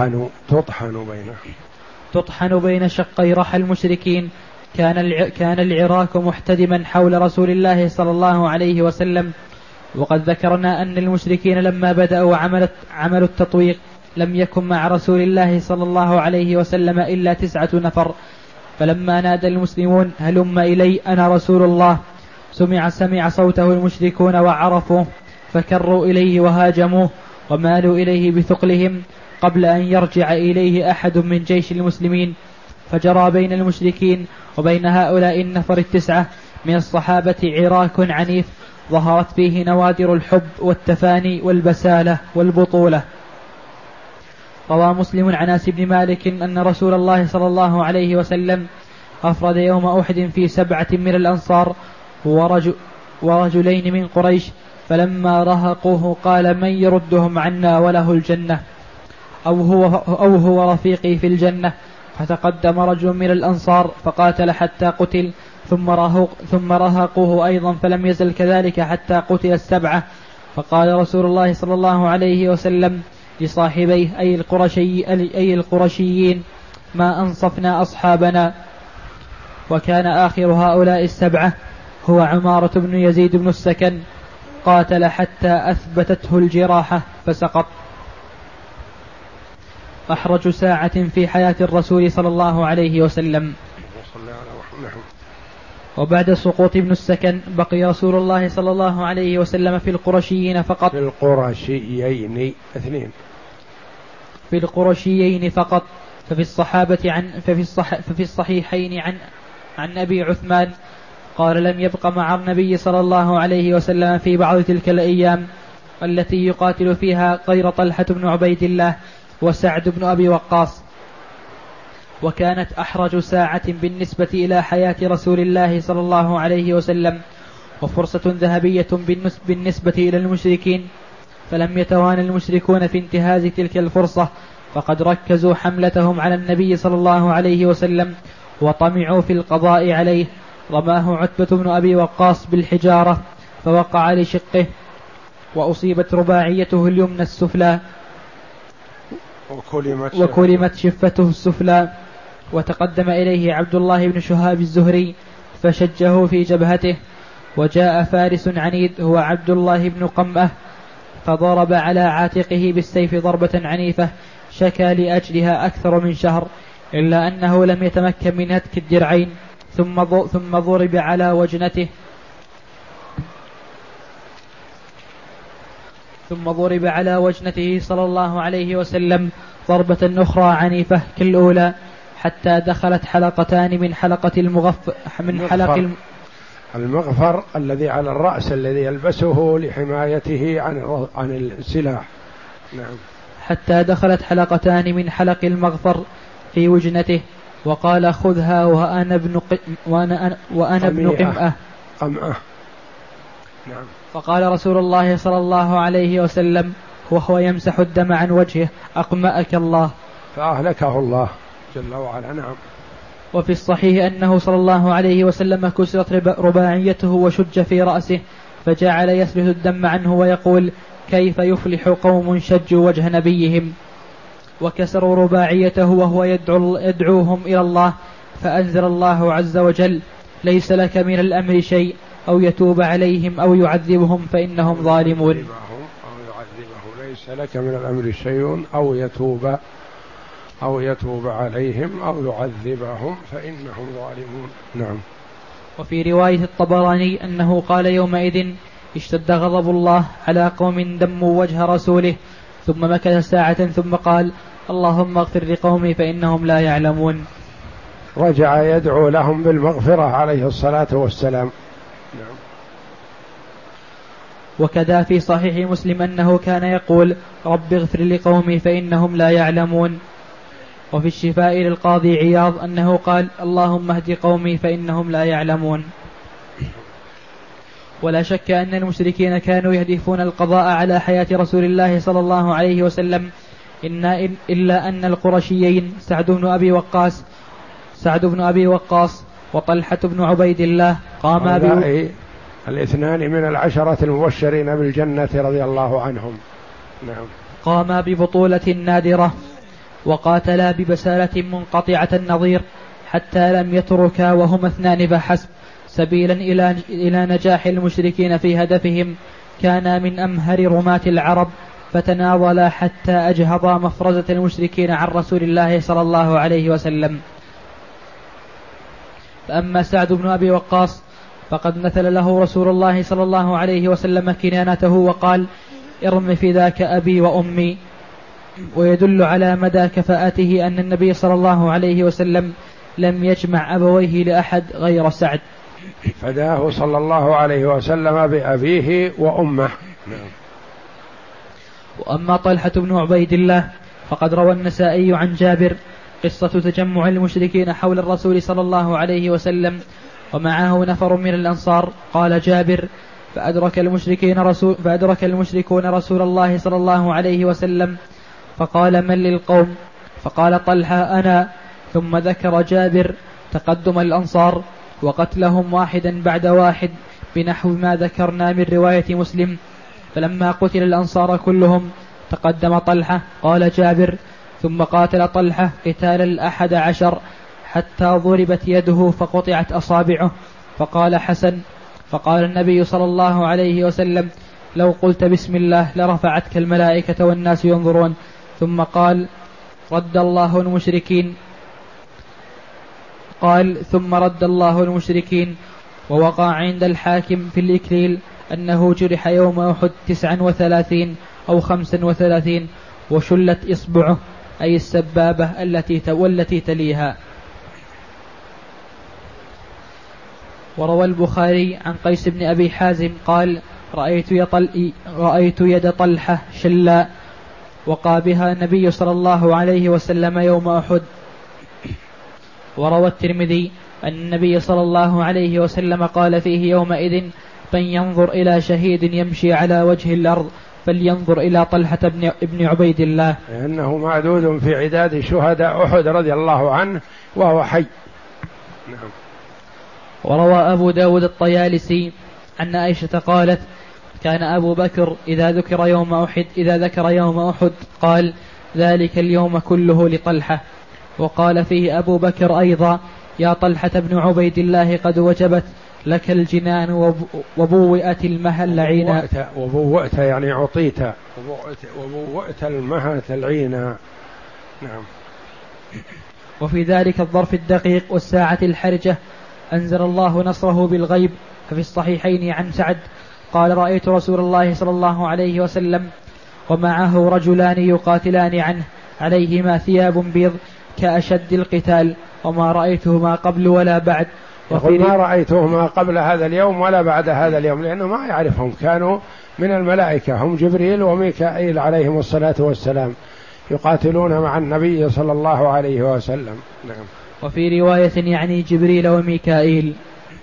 S2: تطحن بين شقي رحى المشركين. كان العراك محتدما حول رسول الله صلى الله عليه وسلم. وقد ذكرنا أن المشركين لما بدأوا عمل التطويق لم يكن مع رسول الله صلى الله عليه وسلم إلا 9 نفر. فلما نادى المسلمون هلم إلي أنا رسول الله سمع صوته المشركون وعرفوه فكروا إليه وهاجموه ومالوا إليه بثقلهم قبل أن يرجع إليه أحد من جيش المسلمين. فجرى بين المشركين وبين هؤلاء النفر 9 من الصحابة عراك عنيف ظهرت فيه نوادر الحب والتفاني والبسالة والبطولة. روى مسلم عن أنس بن مالك أن رسول الله صلى الله عليه وسلم أفرد يوم أحد في 7 من الأنصار ورجلين من قريش، فلما رهقوه قال من يردهم عنا وله الجنة أو هو رفيقي في الجنة. فتقدم رجل من الأنصار فقاتل حتى قتل، ثم رهقوه أيضا فلم يزل كذلك حتى قتل 7. فقال رسول الله صلى الله عليه وسلم لصاحبيه أي القرشيين ما أنصفنا أصحابنا. وكان آخر هؤلاء 7 هو عمارة بن يزيد بن السكن، قاتل حتى أثبتته الجراحة فسقط. أحرج ساعة في حياة الرسول صلى الله عليه وسلم. وبعد سقوط ابن السكن بقي رسول الله صلى الله عليه وسلم في القرشيين فقط. في القرشيين فقط. ففي الصحيحين عن أبي عثمان قال لم يبق مع النبي صلى الله عليه وسلم في بعض تلك الأيام التي يقاتل فيها غير طلحة بن عبيد الله وسعد بن أبي وقاص. وكانت أحرج ساعة بالنسبة إلى حياة رسول الله صلى الله عليه وسلم وفرصة ذهبية بالنسبة إلى المشركين، فلم يتوانى المشركون في انتهاز تلك الفرصة، فقد ركزوا حملتهم على النبي صلى الله عليه وسلم وطمعوا في القضاء عليه. رماه عتبة بن أبي وقاص بالحجارة فوقع لشقه وأصيبت رباعيته اليمنى السفلى وكلمت شفته السفلى. وتقدم إليه عبد الله بن شهاب الزهري فشجه في جبهته. وجاء فارس عنيد هو عبد الله بن قمأة فضرب على عاتقه بالسيف ضربة عنيفة شكى لأجلها أكثر من شهر، إلا أنه لم يتمكن من هتك الدرعين، ثم ضرب على وجنته صلى الله عليه وسلم ضربة أخرى عنيفة كالأولى حتى دخلت حلقتان من حلقة
S1: المغفر الذي على الرأس الذي يلبسه لحمايته عن السلاح. نعم.
S2: حتى دخلت حلقتان من حلق المغفر في وجنته وقال خذها وأنا ابن قمأة.
S1: نعم.
S2: فقال رسول الله صلى الله عليه وسلم وهو يمسح الدم عن وجهه أقمأك الله،
S1: فأهلكه الله جل وعلا. نعم.
S2: وفي الصحيح أنه صلى الله عليه وسلم كسرت رباعيته وشج في رأسه فجعل يسلت الدم عنه ويقول كيف يفلح قوم شجوا وجه نبيهم. وكسروا رباعيته وهو يدعوهم إلى الله، فأنزل الله عز وجل ليس لك من الأمر شيء أو يتوب عليهم أو يعذبهم فإنهم ظالمون.
S1: ليس لك من الأمر شيء أو يتوب عليهم أو يعذبهم فإنهم ظالمون. نعم.
S2: وفي رواية الطبراني أنه قال يومئذ اشتد غضب الله على قوم دموا وجه رسوله، ثم مكث ساعة ثم قال اللهم اغفر لقومي فإنهم لا يعلمون.
S1: رجع يدعو لهم بالمغفرة عليه الصلاة والسلام. نعم.
S2: وكذا في صحيح مسلم أنه كان يقول رب اغفر لقومي فإنهم لا يعلمون. وفي الشفاء للقاضي عياض أنه قال اللهم اهد قومي فإنهم لا يعلمون. ولا شك أن المشركين كانوا يهدفون القضاء على حياة رسول الله صلى الله عليه وسلم، إلا أن القرشيين سعد بن أبي وقاص وطلحة بن عبيد الله
S1: الاثنان من العشرة المبشرين بالجنة رضي الله عنهم. نعم.
S2: قاما ببطولة نادرة وقاتلا ببسالة منقطعة النظير حتى لم يتركا وهما اثنان فحسب سبيلا إلى نجاح المشركين في هدفهم. كانا من أمهر رماة العرب فتناضلا حتى أجهضا مفرزة المشركين عن رسول الله صلى الله عليه وسلم. فأما سعد بن أبي وقاص فقد مثل له رسول الله صلى الله عليه وسلم كنانته وقال: ارم فداك أبي وأمي. ويدل على مدى كفاءته أن النبي صلى الله عليه وسلم لم يجمع أبويه لأحد غير سعد،
S1: فداه صلى الله عليه وسلم بأبيه وأمه.
S2: وأما طلحة بن عبيد الله فقد روى النسائي عن جابر قصة تجمع المشركين حول الرسول صلى الله عليه وسلم ومعه نفر من الأنصار. قال جابر: فأدرك المشركون رسول الله صلى الله عليه وسلم فقال: من للقوم؟ فقال طلحة: أنا. ثم ذكر جابر تقدم الأنصار وقتلهم واحدا بعد واحد بنحو ما ذكرنا من رواية مسلم. فلما قتل الأنصار كلهم تقدم طلحة. قال جابر: ثم قاتل طلحة قتال 11 حتى ضربت يده فقطعت أصابعه. فقال حسن: فقال النبي صلى الله عليه وسلم: لو قلت بسم الله لرفعتك الملائكة والناس ينظرون. ثم قال: رد الله المشركين. ثم رد الله المشركين. ووقع عند الحاكم في الإكليل أنه جرح يوم أحد 39 أو 35 وشلت إصبعه، أي السبابة والتي تليها. وروى البخاري عن قيس بن أبي حازم قال: رأيت يد طلحة شلاء وقى بها النبي صلى الله عليه وسلم يوم أحد. وروى الترمذي أن النبي صلى الله عليه وسلم قال فيه يومئذ: من ينظر إلى شهيد يمشي على وجه الأرض فلينظر إلى طلحة بن عبيد الله،
S1: لأنه معدود في عداد شهداء أحد رضي الله عنه وهو حي. نعم.
S2: وروى أبو داود الطيالسي أن عائشة قالت: كان أبو بكر إذا ذكر يوم أحد قال: ذلك اليوم كله لطلحة. وقال فيه أبو بكر أيضا: يا طلحة بن عبيد الله قد وجبت لك الجنان وبوئت المهل لعينا.
S1: وبوئت يعني عطيت، وبوئت المهل العينا. نعم.
S2: وفي ذلك الظرف الدقيق والساعة الحرجة أنزل الله نصره بالغيب. ففي الصحيحين عن سعد قال: رأيت رسول الله صلى الله عليه وسلم ومعه رجلان يقاتلان عنه عليهما ثياب بيض كأشد القتال وما رأيتهما قبل ولا بعد.
S1: يقول: ما رأيتهما قبل هذا اليوم ولا بعد هذا اليوم، لأنه ما يعرفهم، كانوا من الملائكة، هم جبريل وميكائيل عليهم الصلاة والسلام يقاتلون مع النبي صلى الله عليه وسلم. نعم.
S2: وفي رواية يعني جبريل وميكائيل.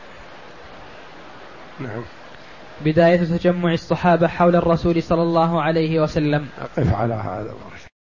S1: نعم.
S2: بداية تجمع الصحابة حول الرسول صلى الله عليه وسلم.
S1: أقف على هذا.